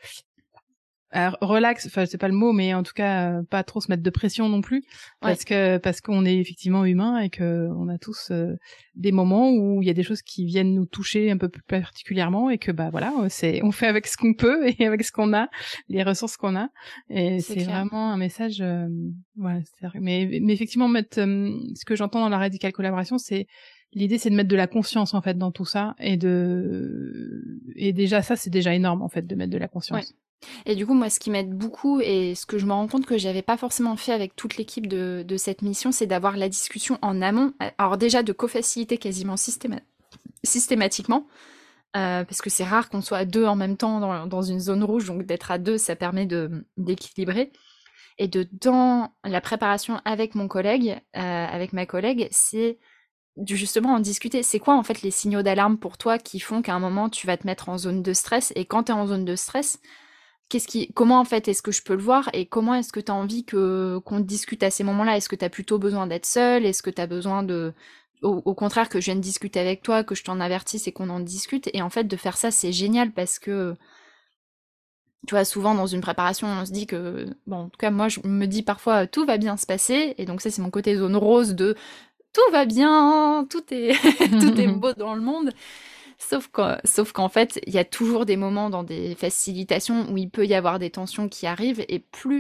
alors, relax, enfin c'est pas le mot, mais en tout cas euh, pas trop se mettre de pression non plus, parce Ouais. que parce qu'on est effectivement humain et que on a tous euh, des moments où il y a des choses qui viennent nous toucher un peu plus particulièrement et que bah voilà, euh, c'est on fait avec ce qu'on peut et avec ce qu'on a, les ressources qu'on a, et C'est c'est clair. vraiment un message. Euh, ouais, c'est vrai. Mais mais effectivement mettre euh, ce que j'entends dans la radicale collaboration, c'est l'idée, c'est de mettre de la conscience en fait dans tout ça et de et déjà ça c'est déjà énorme en fait de mettre de la conscience. Ouais. Et du coup, moi, ce qui m'aide beaucoup et ce que je me rends compte que j'avais pas forcément fait avec toute l'équipe de, de cette mission, c'est d'avoir la discussion en amont. Alors déjà, de co-faciliter quasiment systéma- systématiquement, euh, parce que c'est rare qu'on soit à deux en même temps dans, dans une zone rouge, donc d'être à deux, ça permet de d'équilibrer. Et de dans la préparation avec mon collègue, euh, avec ma collègue, c'est de justement en discuter. C'est quoi en fait les signaux d'alarme pour toi qui font qu'à un moment tu vas te mettre en zone de stress, et quand tu es en zone de stress, qu'est-ce qui, comment en fait est-ce que je peux le voir et comment est-ce que tu as envie que qu'on discute à ces moments-là? Est-ce que tu as plutôt besoin d'être seule? Est-ce que tu as besoin de au, au contraire que je vienne discuter avec toi, que je t'en avertisse et qu'on en discute? Et en fait de faire ça c'est génial parce que tu vois souvent dans une préparation on se dit que bon en tout cas moi je me dis parfois tout va bien se passer et donc ça c'est mon côté zone rose de tout va bien, tout est tout est beau dans le monde. Sauf qu'en, sauf qu'en fait, il y a toujours des moments dans des facilitations où il peut y avoir des tensions qui arrivent, et plus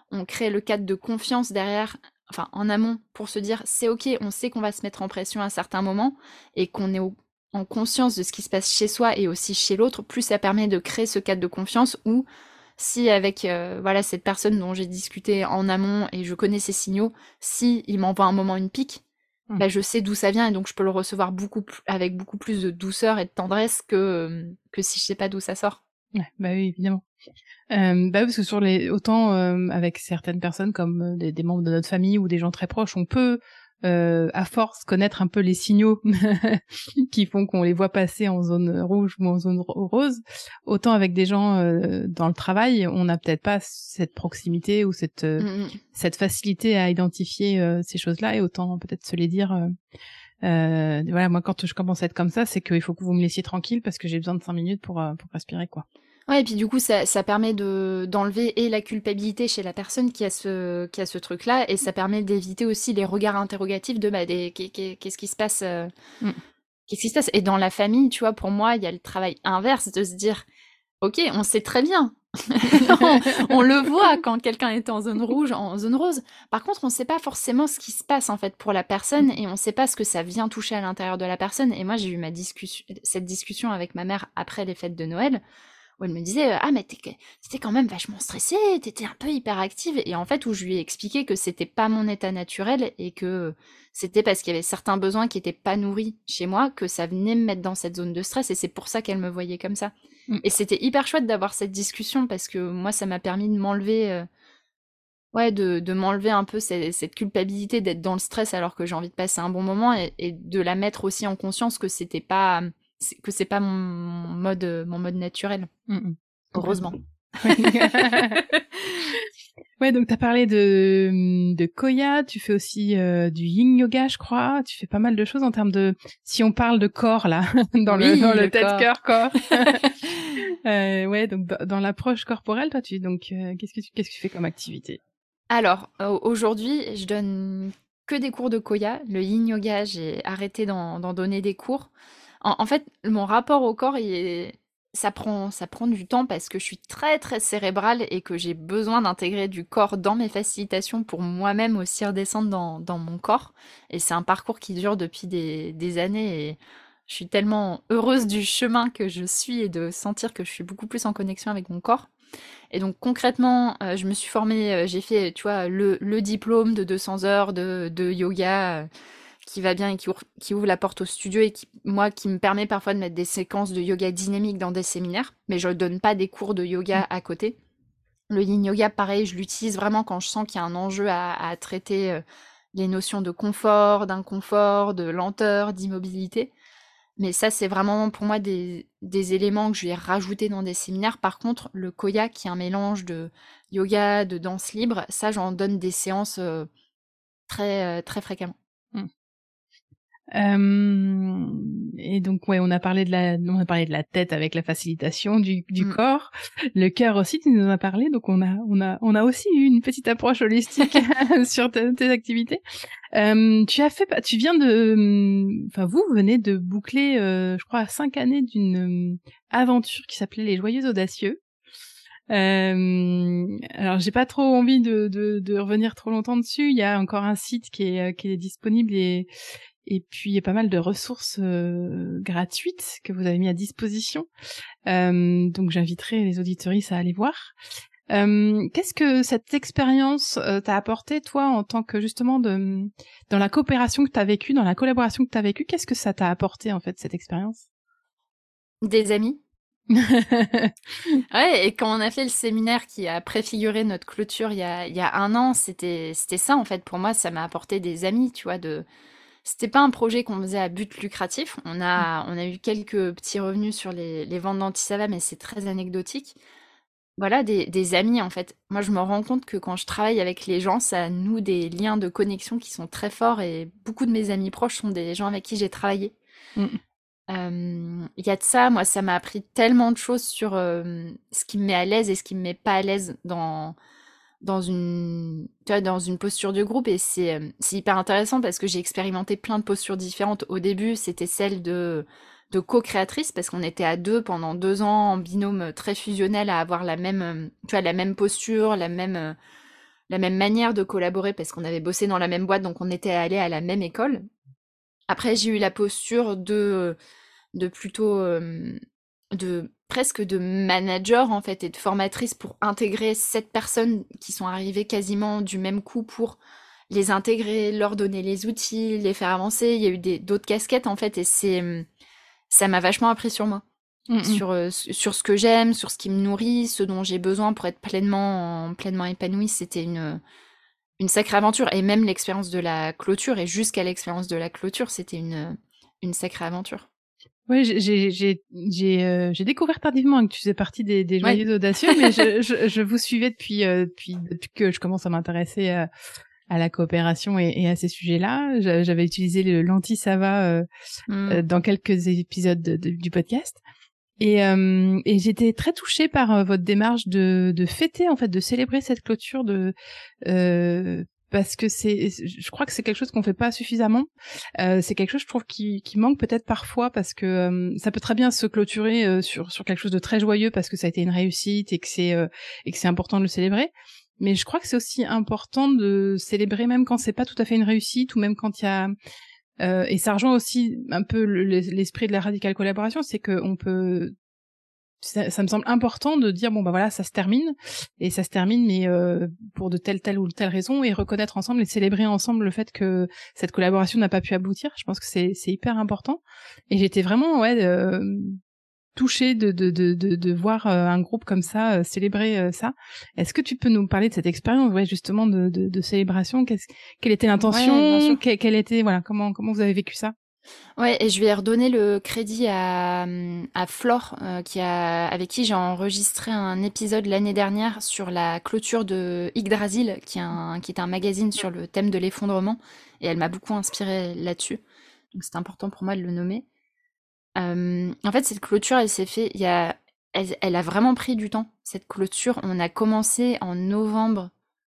on crée le cadre de confiance derrière, enfin en amont, pour se dire c'est ok, on sait qu'on va se mettre en pression à un certain moment et qu'on est au- en conscience de ce qui se passe chez soi et aussi chez l'autre, plus ça permet de créer ce cadre de confiance où si avec euh, voilà cette personne dont j'ai discuté en amont et je connais ses signaux, si il m'envoie un moment une pique, Mm. bah, je sais d'où ça vient et donc je peux le recevoir beaucoup plus, avec beaucoup plus de douceur et de tendresse que, euh, que si je sais pas d'où ça sort. Ouais, bah oui, évidemment. Euh, bah oui, parce que sur les autant euh, avec certaines personnes comme euh, des, des membres de notre famille ou des gens très proches, on peut euh, à force connaître un peu les signaux qui font qu'on les voit passer en zone rouge ou en zone ro- rose. Autant avec des gens euh, dans le travail, on n'a peut-être pas cette proximité ou cette euh, Mm, mm. cette facilité à identifier euh, ces choses-là, et autant peut-être se les dire. Euh, euh, voilà, moi quand je commence à être comme ça, c'est qu'il faut que vous me laissiez tranquille parce que j'ai besoin de cinq minutes pour euh, pour respirer, quoi. Ouais, et puis du coup, ça, ça permet de d'enlever et la culpabilité chez la personne qui a ce, qui a ce truc-là, et ça permet d'éviter aussi les regards interrogatifs de bah, des, qu'est- qu'est- qu'est-ce qui se passe, euh, Mm. qu'est-ce qui se passe. Et dans la famille, tu vois, pour moi, il y a le travail inverse de se dire, ok, on sait très bien, on, on le voit quand quelqu'un est en zone rouge, en zone rose. Par contre, on sait pas forcément ce qui se passe en fait pour la personne, et on sait pas ce que ça vient toucher à l'intérieur de la personne. Et moi, j'ai eu ma discussion, cette discussion avec ma mère après les fêtes de Noël, où elle me disait, ah mais t'es que- t'étais quand même vachement stressée, t'étais un peu hyperactive, et en fait où je lui ai expliqué que c'était pas mon état naturel et que c'était parce qu'il y avait certains besoins qui étaient pas nourris chez moi que ça venait me mettre dans cette zone de stress, et c'est pour ça qu'elle me voyait comme ça. Mm. Et c'était hyper chouette d'avoir cette discussion parce que moi ça m'a permis de m'enlever, euh, ouais, de, de m'enlever un peu cette, cette culpabilité d'être dans le stress alors que j'ai envie de passer un bon moment, et, et de la mettre aussi en conscience que c'était pas c'est- que c'est pas mon mode mon mode naturel. Mm, mm. Heureusement. Ouais. Ouais, donc t'as parlé de de Koya, tu fais aussi euh, du Yin Yoga, je crois. Tu fais pas mal de choses en termes de, si on parle de corps là, dans le Oui, dans le, le tête corps. cœur corps. euh, ouais, donc dans, dans l'approche corporelle, toi, tu donc euh, qu'est-ce que tu qu'est-ce que tu fais comme activité? Alors, euh, aujourd'hui, je donne que des cours de Koya. Le Yin Yoga, j'ai arrêté d'en d'en donner des cours. En, en fait, mon rapport au corps, il est- ça prend, ça prend du temps parce que je suis très très cérébrale et que j'ai besoin d'intégrer du corps dans mes facilitations pour moi-même aussi redescendre dans, dans mon corps. Et c'est un parcours qui dure depuis des, des années, et je suis tellement heureuse du chemin que je suis et de sentir que je suis beaucoup plus en connexion avec mon corps. Et donc concrètement, euh, je me suis formée, euh, j'ai fait, tu vois, le, le diplôme de deux cents heures de, de yoga, euh, qui va bien et qui ouvre, qui ouvre la porte au studio, et qui, moi, qui me permet parfois de mettre des séquences de yoga dynamique dans des séminaires, mais je ne donne pas des cours de yoga à côté. Le yin yoga, pareil, je l'utilise vraiment quand je sens qu'il y a un enjeu à, à traiter, euh, les notions de confort, d'inconfort, de lenteur, d'immobilité. Mais ça, c'est vraiment pour moi des, des éléments que je vais rajouter dans des séminaires. Par contre, le Koya, qui est un mélange de yoga, de danse libre, ça, j'en donne des séances euh, très, euh, très fréquemment. Mm. Euh, et donc ouais, on a parlé de la, on a parlé de la tête avec la facilitation du, du Mm. corps, le cœur aussi. Tu nous en as parlé, donc on a, on a, on a aussi eu une petite approche holistique sur tes, tes activités. Euh, tu as fait, tu viens de, enfin vous venez de boucler, euh, je crois, cinq années d'une euh, aventure qui s'appelait Les Joyeux Audacieux. Euh, alors j'ai pas trop envie de, de, de revenir trop longtemps dessus. Il y a encore un site qui est, qui est disponible, et et puis il y a pas mal de ressources euh, gratuites que vous avez mis à disposition. Euh, donc j'inviterai les auditoristes à aller voir. Euh, qu'est-ce que cette expérience euh, t'a apporté, toi, en tant que, justement, de dans la coopération que t'as vécue, dans la collaboration que t'as vécue, qu'est-ce que ça t'a apporté, en fait, cette expérience? Des amis. Ouais, et quand on a fait le séminaire qui a préfiguré notre clôture il y a, il y a un an, c'était, c'était ça, en fait. Pour moi, ça m'a apporté des amis, tu vois, de... C'était pas un projet qu'on faisait à but lucratif. On a, on a eu quelques petits revenus sur les, les ventes d'Antisava, mais c'est très anecdotique. Voilà, des, des amis, en fait. Moi, je me rends compte que quand je travaille avec les gens, ça noue des liens de connexion qui sont très forts, et beaucoup de mes amis proches sont des gens avec qui j'ai travaillé. Mm. Euh, Il y a de ça, moi, ça m'a appris tellement de choses sur euh, ce qui me met à l'aise et ce qui me met pas à l'aise dans, dans une, tu vois, dans une posture de groupe. Et c'est euh, c'est hyper intéressant parce que j'ai expérimenté plein de postures différentes. Au début, c'était celle de, de co-créatrice, parce qu'on était à deux pendant deux ans en binôme très fusionnel à avoir la même, euh, tu vois, la même posture, la même, euh, la même manière de collaborer parce qu'on avait bossé dans la même boîte, donc on était allés à la même école. Après, j'ai eu la posture de, de plutôt, euh, de presque de manager en fait et de formatrice pour intégrer sept personnes qui sont arrivées quasiment du même coup pour les intégrer, leur donner les outils, les faire avancer. Il y a eu des, d'autres casquettes en fait et c'est, ça m'a vachement appris sur moi. Mm, mm. Sur, euh, sur ce que j'aime, sur ce qui me nourrit, ce dont j'ai besoin pour être pleinement, pleinement épanouie. C'était une, une sacrée aventure. Et même l'expérience de la clôture, et jusqu'à l'expérience de la clôture, c'était une, une sacrée aventure. Oui, j'ai j'ai j'ai j'ai euh, j'ai découvert tardivement que tu faisais partie des des Ouais. joyeux audacieux, mais je, je je vous suivais depuis euh, depuis depuis que je commence à m'intéresser à, à la coopération et, et à ces sujets-là. J'a- J'avais utilisé le l'anti-Sava euh, Mm. euh, dans quelques épisodes de- de- du podcast. Et, euh, et j'étais très touchée par euh, votre démarche de, de fêter, en fait, de célébrer cette clôture, de euh, parce que c'est, je crois que c'est quelque chose qu'on fait pas suffisamment. Euh, c'est quelque chose, je trouve, qui, qui manque peut-être parfois parce que euh, ça peut très bien se clôturer euh, sur sur quelque chose de très joyeux parce que ça a été une réussite et que c'est euh, et que c'est important de le célébrer. Mais je crois que c'est aussi important de célébrer même quand c'est pas tout à fait une réussite ou même quand il y a euh, et ça rejoint aussi un peu le- l'esprit de la radicale collaboration, c'est que on peut ça, ça me semble important de dire bon bah voilà, ça se termine et ça se termine mais euh, pour de telle telle ou telle raison, et reconnaître ensemble et célébrer ensemble le fait que cette collaboration n'a pas pu aboutir. Je pense que c'est c'est hyper important et j'étais vraiment ouais euh, touchée de de de de, de voir euh, un groupe comme ça euh, célébrer euh, ça. Est-ce que tu peux nous parler de cette expérience ouais justement de de, de célébration? Qu'est-ce quelle était Ouais, bien l'intention? sûr. Que- quelle était voilà comment comment vous avez vécu ça? Ouais, et je vais redonner le crédit à, hum, à Flore, euh, qui a, avec qui j'ai enregistré un épisode l'année dernière sur la clôture de Yggdrasil, qui est un, qui est un magazine sur le thème de l'effondrement, et elle m'a beaucoup inspirée là-dessus. Donc c'est important pour moi de le nommer. Euh, en fait, cette clôture, elle s'est fait, il y a, elle, elle a vraiment pris du temps. Cette clôture, on a commencé en novembre,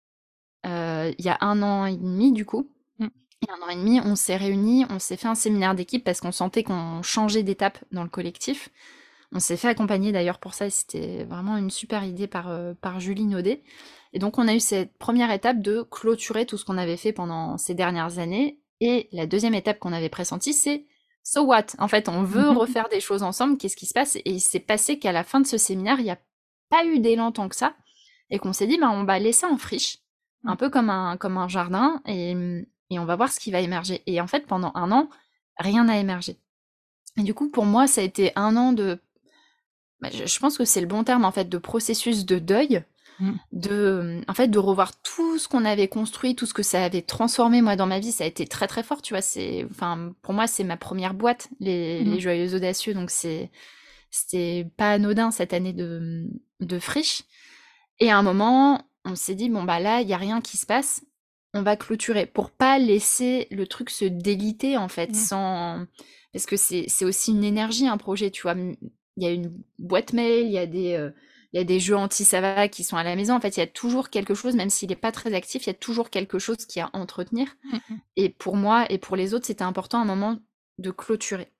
euh, il y a un an et demi du coup. Mm. Il y a un an et demi, on s'est réunis, on s'est fait un séminaire d'équipe parce qu'on sentait qu'on changeait d'étape dans le collectif. On s'est fait accompagner d'ailleurs pour ça et c'était vraiment une super idée par, euh, par Julie Naudet. Et donc on a eu cette première étape de clôturer tout ce qu'on avait fait pendant ces dernières années. Et la deuxième étape qu'on avait pressentie, c'est so what? En fait, on veut refaire des choses ensemble, qu'est-ce qui se passe? Et il s'est passé qu'à la fin de ce séminaire, il n'y a pas eu d'élan tant que ça. Et qu'on s'est dit, bah, on va laisser en friche, un peu comme un, comme un jardin, et, et on va voir ce qui va émerger. Et en fait, pendant un an, rien n'a émergé. Et du coup, pour moi, ça a été un an de... bah, je, je pense que c'est le bon terme, en fait, de processus de deuil, Mm. de, en fait, de revoir tout ce qu'on avait construit, tout ce que ça avait transformé, moi, dans ma vie. Ça a été très, très fort, tu vois. C'est, enfin, pour moi, c'est ma première boîte, les, Mm. les Joyeux Audacieux, donc c'est, c'était pas anodin, cette année de, de friche. Et à un moment, on s'est dit, bon, bah là, il y a rien qui se passe, on va clôturer pour pas laisser le truc se déliter, en fait, Mm. sans... Parce que c'est c'est aussi une énergie, un projet, tu vois. Il y a une boîte mail, il y a des, euh, il y a des jeux anti-Sava qui sont à la maison. En fait, il y a toujours quelque chose, même s'il n'est pas très actif, il y a toujours quelque chose qui a à entretenir. Mm. Et pour moi et pour les autres, c'était important à un moment de clôturer.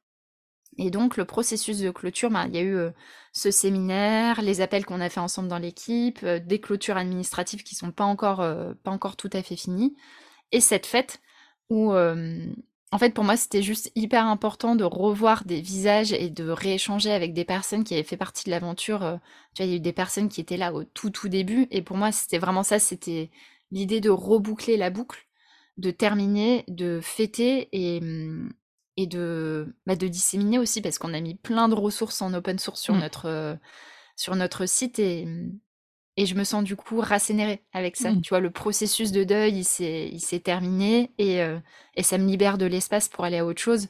Et donc, le processus de clôture, ben, il y a eu euh, ce séminaire, les appels qu'on a fait ensemble dans l'équipe, euh, des clôtures administratives qui sont pas encore, euh, pas encore tout à fait finies, et cette fête où, euh, en fait, pour moi, c'était juste hyper important de revoir des visages et de rééchanger avec des personnes qui avaient fait partie de l'aventure. euh, Tu vois, il y a eu des personnes qui étaient là au tout, tout début, et pour moi, c'était vraiment ça, c'était l'idée de reboucler la boucle, de terminer, de fêter et, hum, et de, bah, de disséminer aussi, parce qu'on a mis plein de ressources en open source sur Mm. notre, euh, sur notre site, et, hum, et je me sens du coup rassénérée avec ça. Mm. Tu vois, le processus de deuil, il s'est, il s'est terminé, et, euh, et ça me libère de l'espace pour aller à autre chose.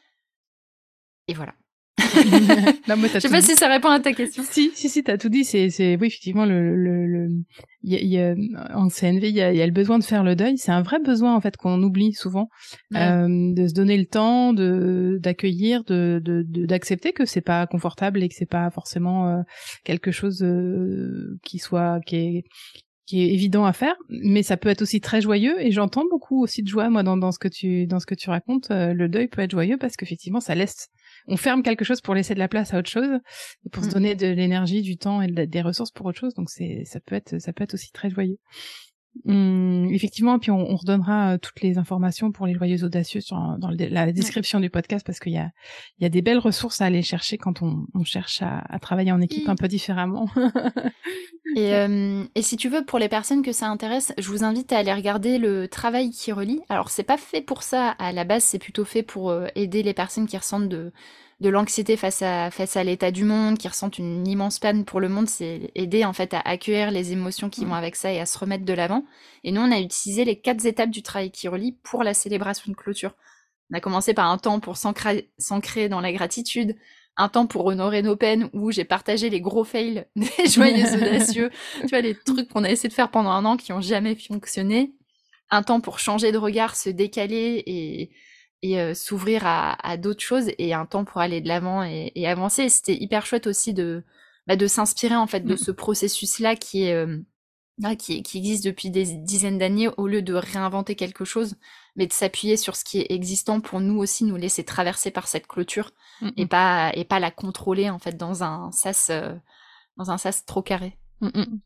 Et voilà. Non, mais Je t'as sais tout pas dit. si ça répond à ta question. Si, si, si, t'as tout dit. C'est, c'est, oui, effectivement, le, le, le, il y a, il y a, en C N V, il y a, il y a le besoin de faire le deuil. C'est un vrai besoin, en fait, qu'on oublie souvent, Ouais. euh, de se donner le temps, de, d'accueillir, de, de, de- d'accepter que c'est pas confortable et que c'est pas forcément euh, quelque chose euh, qui soit, qui est, qui est évident à faire, mais ça peut être aussi très joyeux, et j'entends beaucoup aussi de joie moi dans, dans ce que tu dans ce que tu racontes. Euh, le deuil peut être joyeux parce qu'effectivement ça laisse, on ferme quelque chose pour laisser de la place à autre chose, et pour Mm. se donner de l'énergie, du temps et de, des ressources pour autre chose, donc c'est ça peut être ça peut être aussi très joyeux. Hum, effectivement, puis on, on redonnera euh, toutes les informations pour les joyeux audacieux sur, dans le, la description du podcast, parce qu'il y a, il y a des belles ressources à aller chercher quand on, on cherche à, à travailler en équipe Oui. un peu différemment. Et, euh, et si tu veux, pour les personnes que ça intéresse, je vous invite à aller regarder le travail qui relie. Alors, c'est pas fait pour ça à la base, c'est plutôt fait pour euh, aider les personnes qui ressentent de, de l'anxiété face à, face à l'état du monde, qui ressentent une immense panne pour le monde. C'est aider en fait à accueillir les émotions qui vont avec ça et à se remettre de l'avant. Et nous, on a utilisé les quatre étapes du travail qui relie pour la célébration de clôture. On a commencé par un temps pour s'ancrer s'ancrer dans la gratitude, un temps pour honorer nos peines, où j'ai partagé les gros fails des joyeux audacieux, tu vois, les trucs qu'on a essayé de faire pendant un an qui ont jamais fonctionné, un temps pour changer de regard, se décaler et, et euh, s'ouvrir à, à d'autres choses, et un temps pour aller de l'avant et, et avancer. Et c'était hyper chouette aussi de, bah, de s'inspirer en fait de ce processus-là qui est... Euh, là, qui, qui existe depuis des dizaines d'années, au lieu de réinventer quelque chose, mais de s'appuyer sur ce qui est existant pour nous aussi nous laisser traverser par cette clôture Mm, et mm. pas et pas la contrôler en fait dans un sas euh, dans un sas trop carré. Mm, mm.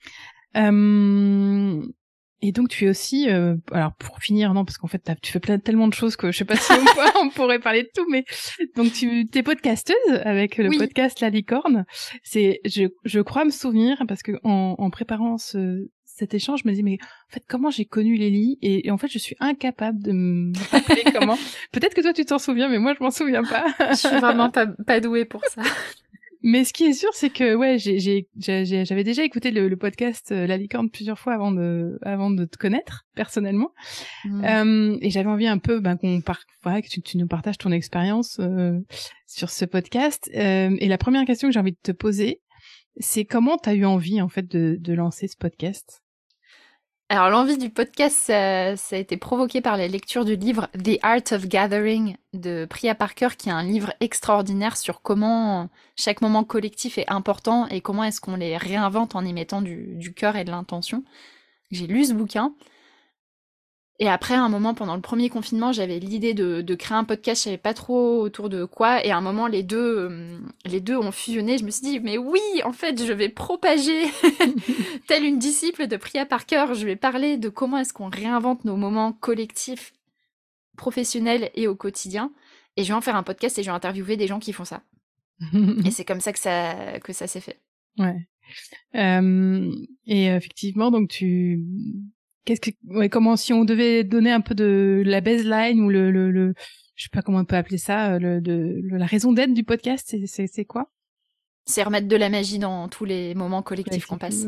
Euh, et donc tu es aussi, euh, alors pour finir, non, parce qu'en fait t'as- tu fais plein, tellement de choses que je sais pas si on, peut- on pourrait parler de tout, mais donc tu t'es podcasteuse avec le Oui. podcast La Licorne. C'est, je, je crois me souvenir, parce que en, en préparant ce, cet échange, je me dis mais en fait comment j'ai connu Lélie, et, et en fait je suis incapable de me rappeler comment. Peut-être que toi tu t'en souviens, mais moi je m'en souviens pas. Je suis vraiment pas, pas douée pour ça. Mais ce qui est sûr, c'est que ouais, j'ai, j'ai, j'ai- j'avais déjà écouté le, le podcast euh, La Licorne plusieurs fois avant de, avant de te connaître personnellement, Mm. euh, et j'avais envie un peu ben, qu'on par... voilà, que tu, tu nous partages ton expérience euh, sur ce podcast. Euh, et la première question que j'ai envie de te poser, c'est comment t'as eu envie en fait de, de lancer ce podcast? Alors l'envie du podcast, ça, ça a été provoqué par la lecture du livre The Art of Gathering de Priya Parker, qui est un livre extraordinaire sur comment chaque moment collectif est important et comment est-ce qu'on les réinvente en y mettant du, du cœur et de l'intention. J'ai lu ce bouquin. Et après, à un moment, pendant le premier confinement, j'avais l'idée de, de créer un podcast, je savais pas trop autour de quoi. Et à un moment, les deux, euh, les deux ont fusionné. Je me suis dit, mais oui, en fait, je vais propager, telle une disciple de Priya Parker, je vais parler de comment est-ce qu'on réinvente nos moments collectifs, professionnels et au quotidien. Et je vais en faire un podcast et je vais interviewer des gens qui font ça. Et c'est comme ça que ça, que ça s'est fait. Ouais. Euh, et effectivement, donc tu, qu'est-ce que, ouais, comment, si on devait donner un peu de la baseline ou le, le, le je sais pas comment on peut appeler ça, le, de, le- la raison d'être du podcast, c'est, c'est, c'est quoi? C'est remettre de la magie dans tous les moments collectifs qu'on passe.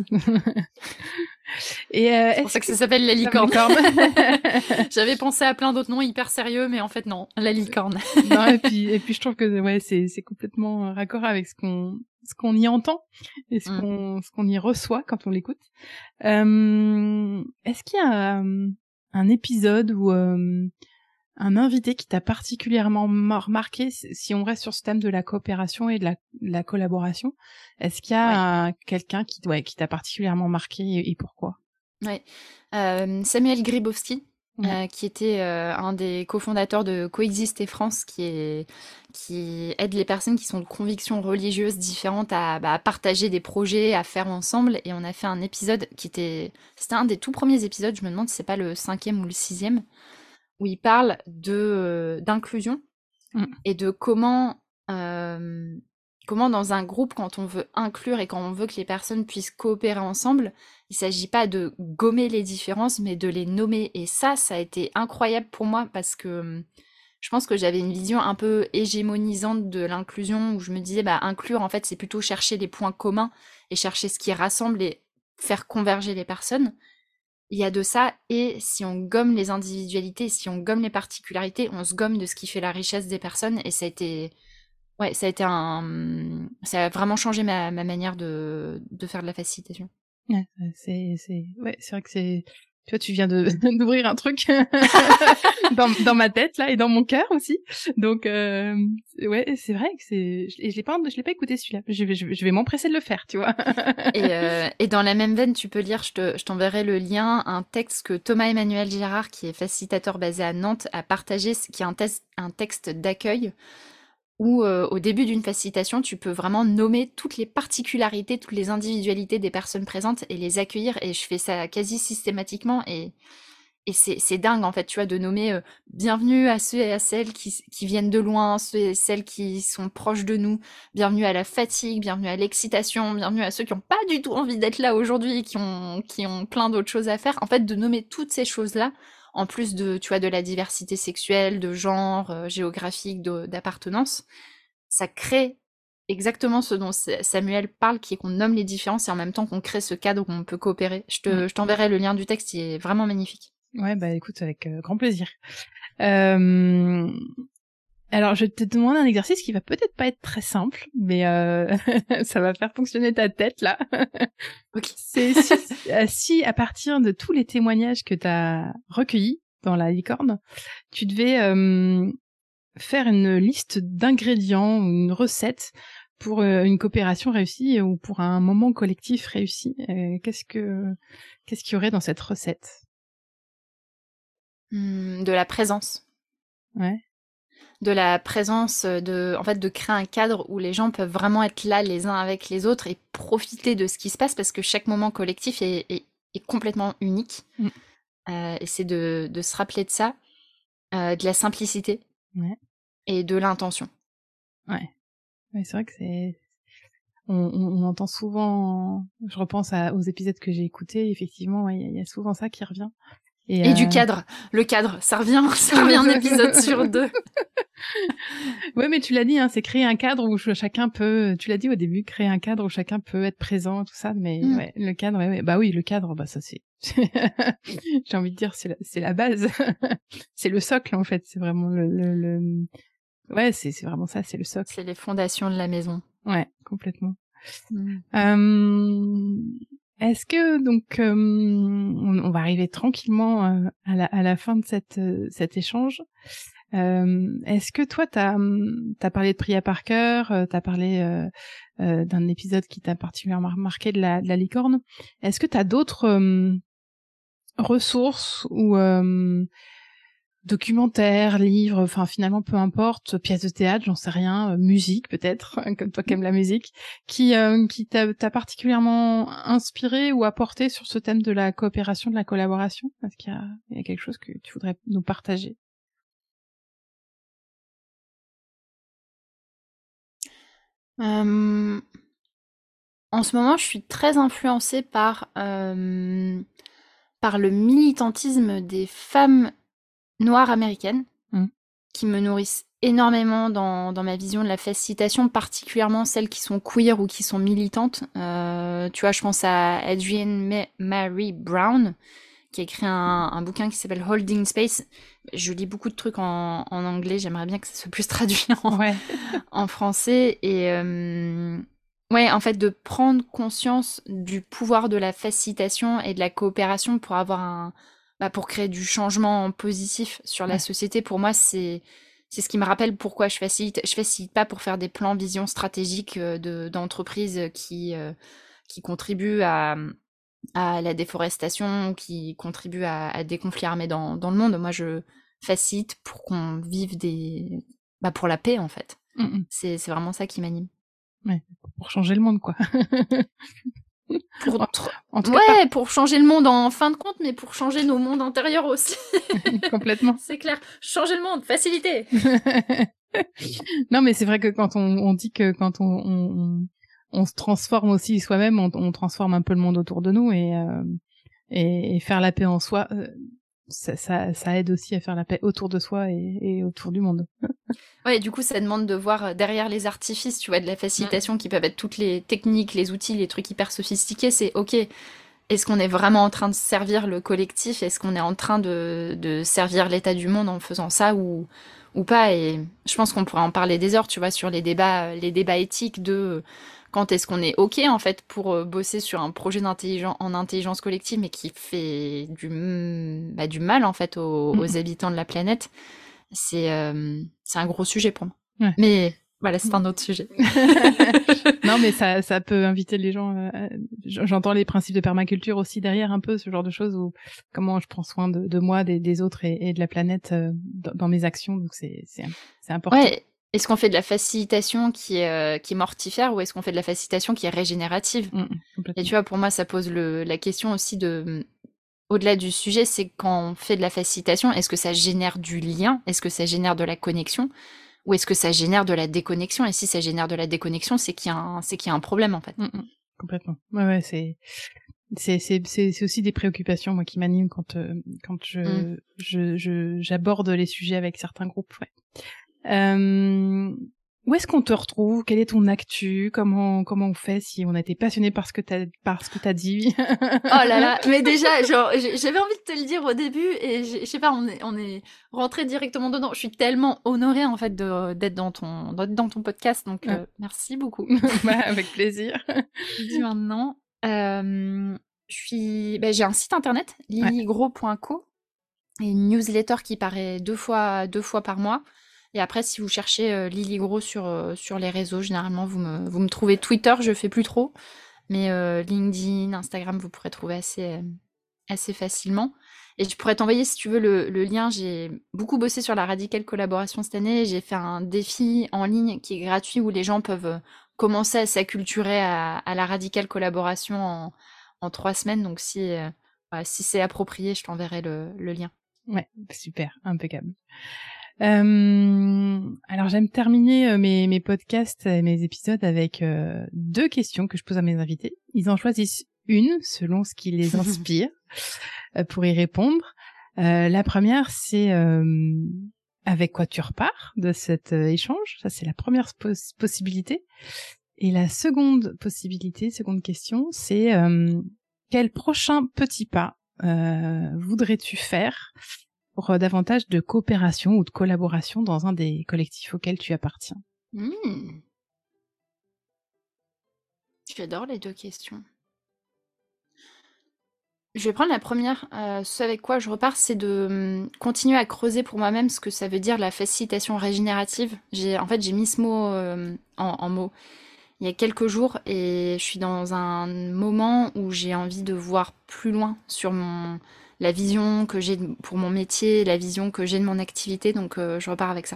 Et euh, C'est pour ça que ça s'appelle la licorne. J'avais pensé à plein d'autres noms hyper sérieux, mais en fait non, la licorne. Non, et puis et puis je trouve que ouais, c'est c'est complètement raccord avec ce qu'on ce qu'on y entend et ce Mm. qu'on ce qu'on y reçoit quand on l'écoute. Euh, est-ce qu'il y a un, un épisode ou euh, un invité qui t'a particulièrement mar- marqué, si on reste sur ce thème de la coopération et de la, de la collaboration? Est-ce qu'il y a Ouais. un- quelqu'un qui ouais qui t'a particulièrement marqué, et, et pourquoi? Ouais. Euh, Samuel Grybowski, Ouais. euh, qui était euh, un des cofondateurs de Coexister France, qui est qui aide les personnes qui sont de convictions religieuses différentes à, bah, à partager des projets, à faire ensemble. Et on a fait un épisode qui était, c'était un des tout premiers épisodes. Je me demande si c'est pas le cinquième ou le sixième, où il parle de euh, d'inclusion Mm. et de comment euh, comment dans un groupe, quand on veut inclure et quand on veut que les personnes puissent coopérer ensemble, il s'agit pas de gommer les différences, mais de les nommer. Et ça, ça a été incroyable pour moi parce que hum, je pense que j'avais une vision un peu hégémonisante de l'inclusion, où je me disais, bah, inclure, en fait, c'est plutôt chercher les points communs et chercher ce qui rassemble et faire converger les personnes. Il y a de ça, et si on gomme les individualités, si on gomme les particularités, on se gomme de ce qui fait la richesse des personnes. Et ça a été, ouais, ça a été un, ça a vraiment changé ma, ma manière de, de faire de la facilitation. Ouais, c'est c'est ouais, c'est vrai que c'est, tu vois, tu viens de d'ouvrir un truc dans dans ma tête là et dans mon cœur aussi. Donc euh, ouais, c'est vrai que c'est, et je l'ai pas je l'ai pas écouté celui-là. Je vais je vais, je vais m'empresser de le faire, tu vois. Et, euh, et dans la même veine, tu peux lire, je te, je t'enverrai le lien, un texte que Thomas Emmanuel Girard, qui est facilitateur basé à Nantes, a partagé, qui est un, test, un texte d'accueil, où euh, au début d'une facilitation, tu peux vraiment nommer toutes les particularités, toutes les individualités des personnes présentes et les accueillir. Et je fais ça quasi systématiquement. Et, et c'est, c'est dingue, en fait, tu vois, de nommer euh, bienvenue à ceux et à celles qui, qui viennent de loin, ceux et celles qui sont proches de nous, bienvenue à la fatigue, bienvenue à l'excitation, bienvenue à ceux qui n'ont pas du tout envie d'être là aujourd'hui, qui ont, qui ont plein d'autres choses à faire. En fait, de nommer toutes ces choses-là, en plus de, tu vois, de la diversité sexuelle, de genre, euh, géographique, de- d'appartenance, ça crée exactement ce dont Sa- Samuel parle, qui est qu'on nomme les différences et en même temps qu'on crée ce cadre où on peut coopérer. Je Mm. te, je t'enverrai le lien du texte, il est vraiment magnifique. Ouais, bah écoute, avec euh, grand plaisir. Euh... Alors, je vais te demander un exercice qui va peut-être pas être très simple, mais euh... ça va faire fonctionner ta tête, là. Ok. C'est si, euh, si, à partir de tous les témoignages que tu as recueillis dans la licorne, tu devais euh, faire une liste d'ingrédients ou une recette pour euh, une coopération réussie ou pour un moment collectif réussi, euh, qu'est-ce que qu'est-ce qu'il y aurait dans cette recette? Hmm, de la présence. Ouais. De la présence, de, en fait, de créer un cadre où les gens peuvent vraiment être là les uns avec les autres et profiter de ce qui se passe parce que chaque moment collectif est, est, est complètement unique. Mm. Euh, et c'est de, de se rappeler de ça, euh, de la simplicité Ouais. et de l'intention. Ouais. Ouais, c'est vrai que c'est on, on, on entend souvent, je repense à, aux épisodes que j'ai écoutés, effectivement, il ouais, y, y a souvent ça qui revient. Et, et euh... du cadre, le cadre, ça revient, ça revient un épisode sur deux. Ouais, mais tu l'as dit, hein, c'est créer un cadre où chacun peut, tu l'as dit au début, créer un cadre où chacun peut être présent, tout ça, mais mm. ouais, le cadre, ouais, ouais, bah oui, le cadre, bah ça c'est, j'ai envie de dire, c'est la, c'est la base, c'est le socle en fait, c'est vraiment le, le, le... ouais, c'est, c'est vraiment ça, c'est le socle. C'est les fondations de la maison. Ouais, complètement. Mm. Euh... Est-ce que donc euh, on, on va arriver tranquillement euh, à, la, à la fin de cette, euh, cet échange. Euh, est-ce que toi t'as t'as parlé de Priya Parker, euh, t'as parlé euh, euh, d'un épisode qui t'a particulièrement marqué de la, de la licorne. Est-ce que t'as d'autres euh, ressources ou euh, documentaires, livres, enfin finalement peu importe, pièces de théâtre, j'en sais rien, euh, musique peut-être, comme toi qui aimes la musique, qui euh, qui t'a, t'a particulièrement inspiré ou apporté sur ce thème de la coopération, de la collaboration? Est-ce qu'il y a, il y a quelque chose que tu voudrais nous partager? Euh... En ce moment, je suis très influencée par euh, par le militantisme des femmes noires américaines, mmh. qui me nourrissent énormément dans, dans ma vision de la facilitation, particulièrement celles qui sont queer ou qui sont militantes. Euh, tu vois, je pense à Adrienne Ma- Mary Brown, qui a écrit un, un bouquin qui s'appelle Holding Space. Je lis beaucoup de trucs en, en anglais, j'aimerais bien que ça soit plus traduit en, ouais. en français. Et euh, ouais, en fait, de prendre conscience du pouvoir de la facilitation et de la coopération pour avoir un... Bah, pour créer du changement positif sur la ouais. société, pour moi, c'est... C'est ce qui me rappelle pourquoi je facilite. Je facilite pas pour faire des plans vision stratégiques de, d'entreprises qui, euh, qui contribuent à, à la déforestation, qui contribuent à, à des conflits armés dans, dans le monde. Moi, je facilite pour qu'on vive des... Bah, pour la paix, en fait. Mmh. C'est, c'est vraiment ça qui m'anime. Ouais, pour changer le monde, quoi. Pour en, tr... en tout ouais, cas, par... pour changer le monde en fin de compte, mais pour changer nos mondes intérieurs aussi. Complètement. C'est clair. Changer le monde, facilité. Non, mais c'est vrai que quand on, on dit que quand on, on, on se transforme aussi soi-même, on, on transforme un peu le monde autour de nous et, euh, et, et faire la paix en soi, euh, ça, ça, ça aide aussi à faire la paix autour de soi et, et autour du monde. Ouais, du coup, ça demande de voir derrière les artifices, tu vois, de la facilitation, mmh. qui peuvent être toutes les techniques, les outils, les trucs hyper sophistiqués. C'est ok, est-ce qu'on est vraiment en train de servir le collectif? Est-ce qu'on est en train de, de servir l'état du monde en faisant ça ou, ou pas? Et je pense qu'on pourrait en parler des heures, tu vois, sur les débats, les débats éthiques de quand est-ce qu'on est ok, en fait, pour bosser sur un projet d'intelligence, en intelligence collective, mais qui fait du, bah, du mal, en fait, aux, mmh. aux habitants de la planète. C'est euh, c'est un gros sujet pour moi. Ouais. Mais voilà, c'est un autre sujet. Non, mais ça ça peut inviter les gens. Euh, j'entends les principes de permaculture aussi derrière un peu, ce genre de choses, où comment je prends soin de, de moi, des, des autres et, et de la planète euh, dans, dans mes actions. Donc c'est c'est c'est important. Ouais. Est-ce qu'on fait de la facilitation qui est, euh, qui est mortifère ou est-ce qu'on fait de la facilitation qui est régénérative? Mmh, Et complètement. tu vois, pour moi, ça pose le, la question aussi de, au-delà du sujet, c'est quand on fait de la facilitation, est-ce que ça génère du lien? Est-ce que ça génère de la connexion? Ou est-ce que ça génère de la déconnexion? Et si ça génère de la déconnexion, c'est qu'il y a un, c'est qu'il y a un problème, en fait. Mmh, mmh, complètement. Ouais, ouais, c'est, c'est, c'est, c'est, c'est aussi des préoccupations, moi, qui m'animent quand, euh, quand je, Mm. je, je, j'aborde les sujets avec certains groupes, ouais. Euh, où est-ce qu'on te retrouve? Quelle est ton actu? Comment, comment on fait si on a été passionné par ce que t'as, par ce que t'as dit? Oh là là, mais déjà, genre, j'ai- j'avais envie de te le dire au début et j'ai- je sais pas, on est, on est rentré directement dedans. Je suis tellement honorée en fait de d'être dans ton d'être dans ton podcast, donc Ah. euh, merci beaucoup. Bah, avec plaisir. Dis maintenant, euh, je suis, bah, j'ai un site internet Ouais. liligros point co et une newsletter qui paraît deux fois deux fois par mois. Et après, si vous cherchez euh, Lily Gros sur euh, sur les réseaux, généralement vous me vous me trouvez. Twitter, je fais plus trop. Mais euh, LinkedIn, Instagram, vous pourrez trouver assez, euh, assez facilement. Et je pourrais t'envoyer, si tu veux, le, le lien. J'ai beaucoup bossé sur la radicale collaboration cette année. J'ai fait un défi en ligne qui est gratuit où les gens peuvent euh, commencer à s'acculturer à, à la radicale collaboration en, en trois semaines. Donc si, euh, voilà, si c'est approprié, je t'enverrai le, le lien. Ouais, super, impeccable. Euh, alors j'aime terminer euh, mes, mes podcasts et mes épisodes avec euh, deux questions que je pose à mes invités. Ils en choisissent une selon ce qui les inspire euh, pour y répondre. Euh, la première, c'est euh, avec quoi tu repars de cet euh, échange. Ça, c'est la première pos- possibilité. Et la seconde possibilité, seconde question, c'est euh, quel prochain petit pas euh, voudrais-tu faire pour euh, davantage de coopération ou de collaboration dans un des collectifs auxquels tu appartiens? Mmh. J'adore les deux questions. Je vais prendre la première. Euh, ce avec quoi je repars, c'est de hum, continuer à creuser pour moi-même ce que ça veut dire la facilitation régénérative. J'ai, en fait, j'ai mis ce mot euh, en, en mots il y a quelques jours et je suis dans un moment où j'ai envie de voir plus loin sur mon, la vision que j'ai de- pour mon métier, la vision que j'ai de mon activité. Donc, euh, je repars avec ça.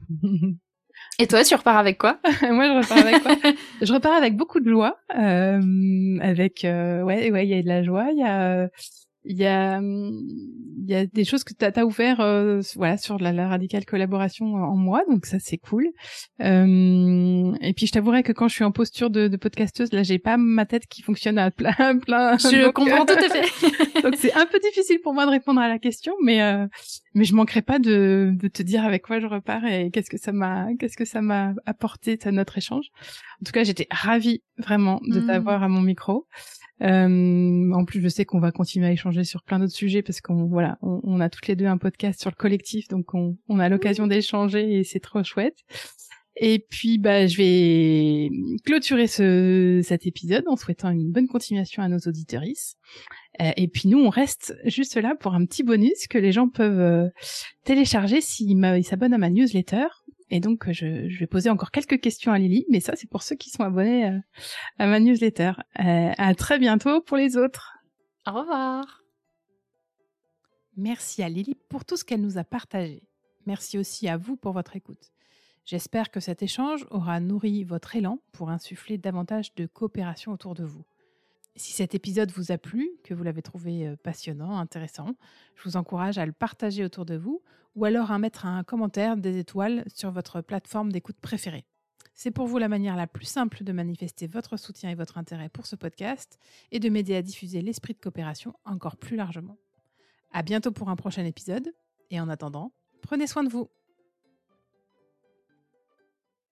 Et toi, tu repars avec quoi? Moi, je repars avec quoi? Je repars avec beaucoup de joie, euh, avec euh, ouais, ouais, il y a de la joie, il y a euh, il y a hum, il y a des choses que t'as as ouvert euh, voilà sur la, la radicale collaboration en moi, donc ça c'est cool. Euh, et puis je t'avouerai que quand je suis en posture de, de podcasteuse, là j'ai pas ma tête qui fonctionne à plein plein. Je donc, comprends tout à fait. donc c'est un peu difficile pour moi de répondre à la question, mais euh, mais je manquerai pas de, de te dire avec quoi je repars et qu'est-ce que ça m'a qu'est-ce que ça m'a apporté à notre échange. En tout cas, j'étais ravie vraiment de t'avoir à Mm. mon micro. Euh, en plus, je sais qu'on va continuer à échanger sur plein d'autres sujets parce qu'on voilà, on, on a toutes les deux un podcast sur le collectif, donc on, on a l'occasion d'échanger et c'est trop chouette. Et puis, bah, je vais clôturer ce, cet épisode en souhaitant une bonne continuation à nos auditrices. Euh, et puis nous, on reste juste là pour un petit bonus que les gens peuvent euh, télécharger s'ils ils s'abonnent à ma newsletter. Et donc, je, je vais poser encore quelques questions à Lily, mais ça, c'est pour ceux qui sont abonnés euh, à ma newsletter. Euh, à très bientôt pour les autres. Au revoir. Merci à Lily pour tout ce qu'elle nous a partagé. Merci aussi à vous pour votre écoute. J'espère que cet échange aura nourri votre élan pour insuffler davantage de coopération autour de vous. Si cet épisode vous a plu, que vous l'avez trouvé passionnant, intéressant, je vous encourage à le partager autour de vous ou alors à mettre un commentaire, des étoiles sur votre plateforme d'écoute préférée. C'est pour vous la manière la plus simple de manifester votre soutien et votre intérêt pour ce podcast et de m'aider à diffuser l'esprit de coopération encore plus largement. À bientôt pour un prochain épisode et en attendant, prenez soin de vous.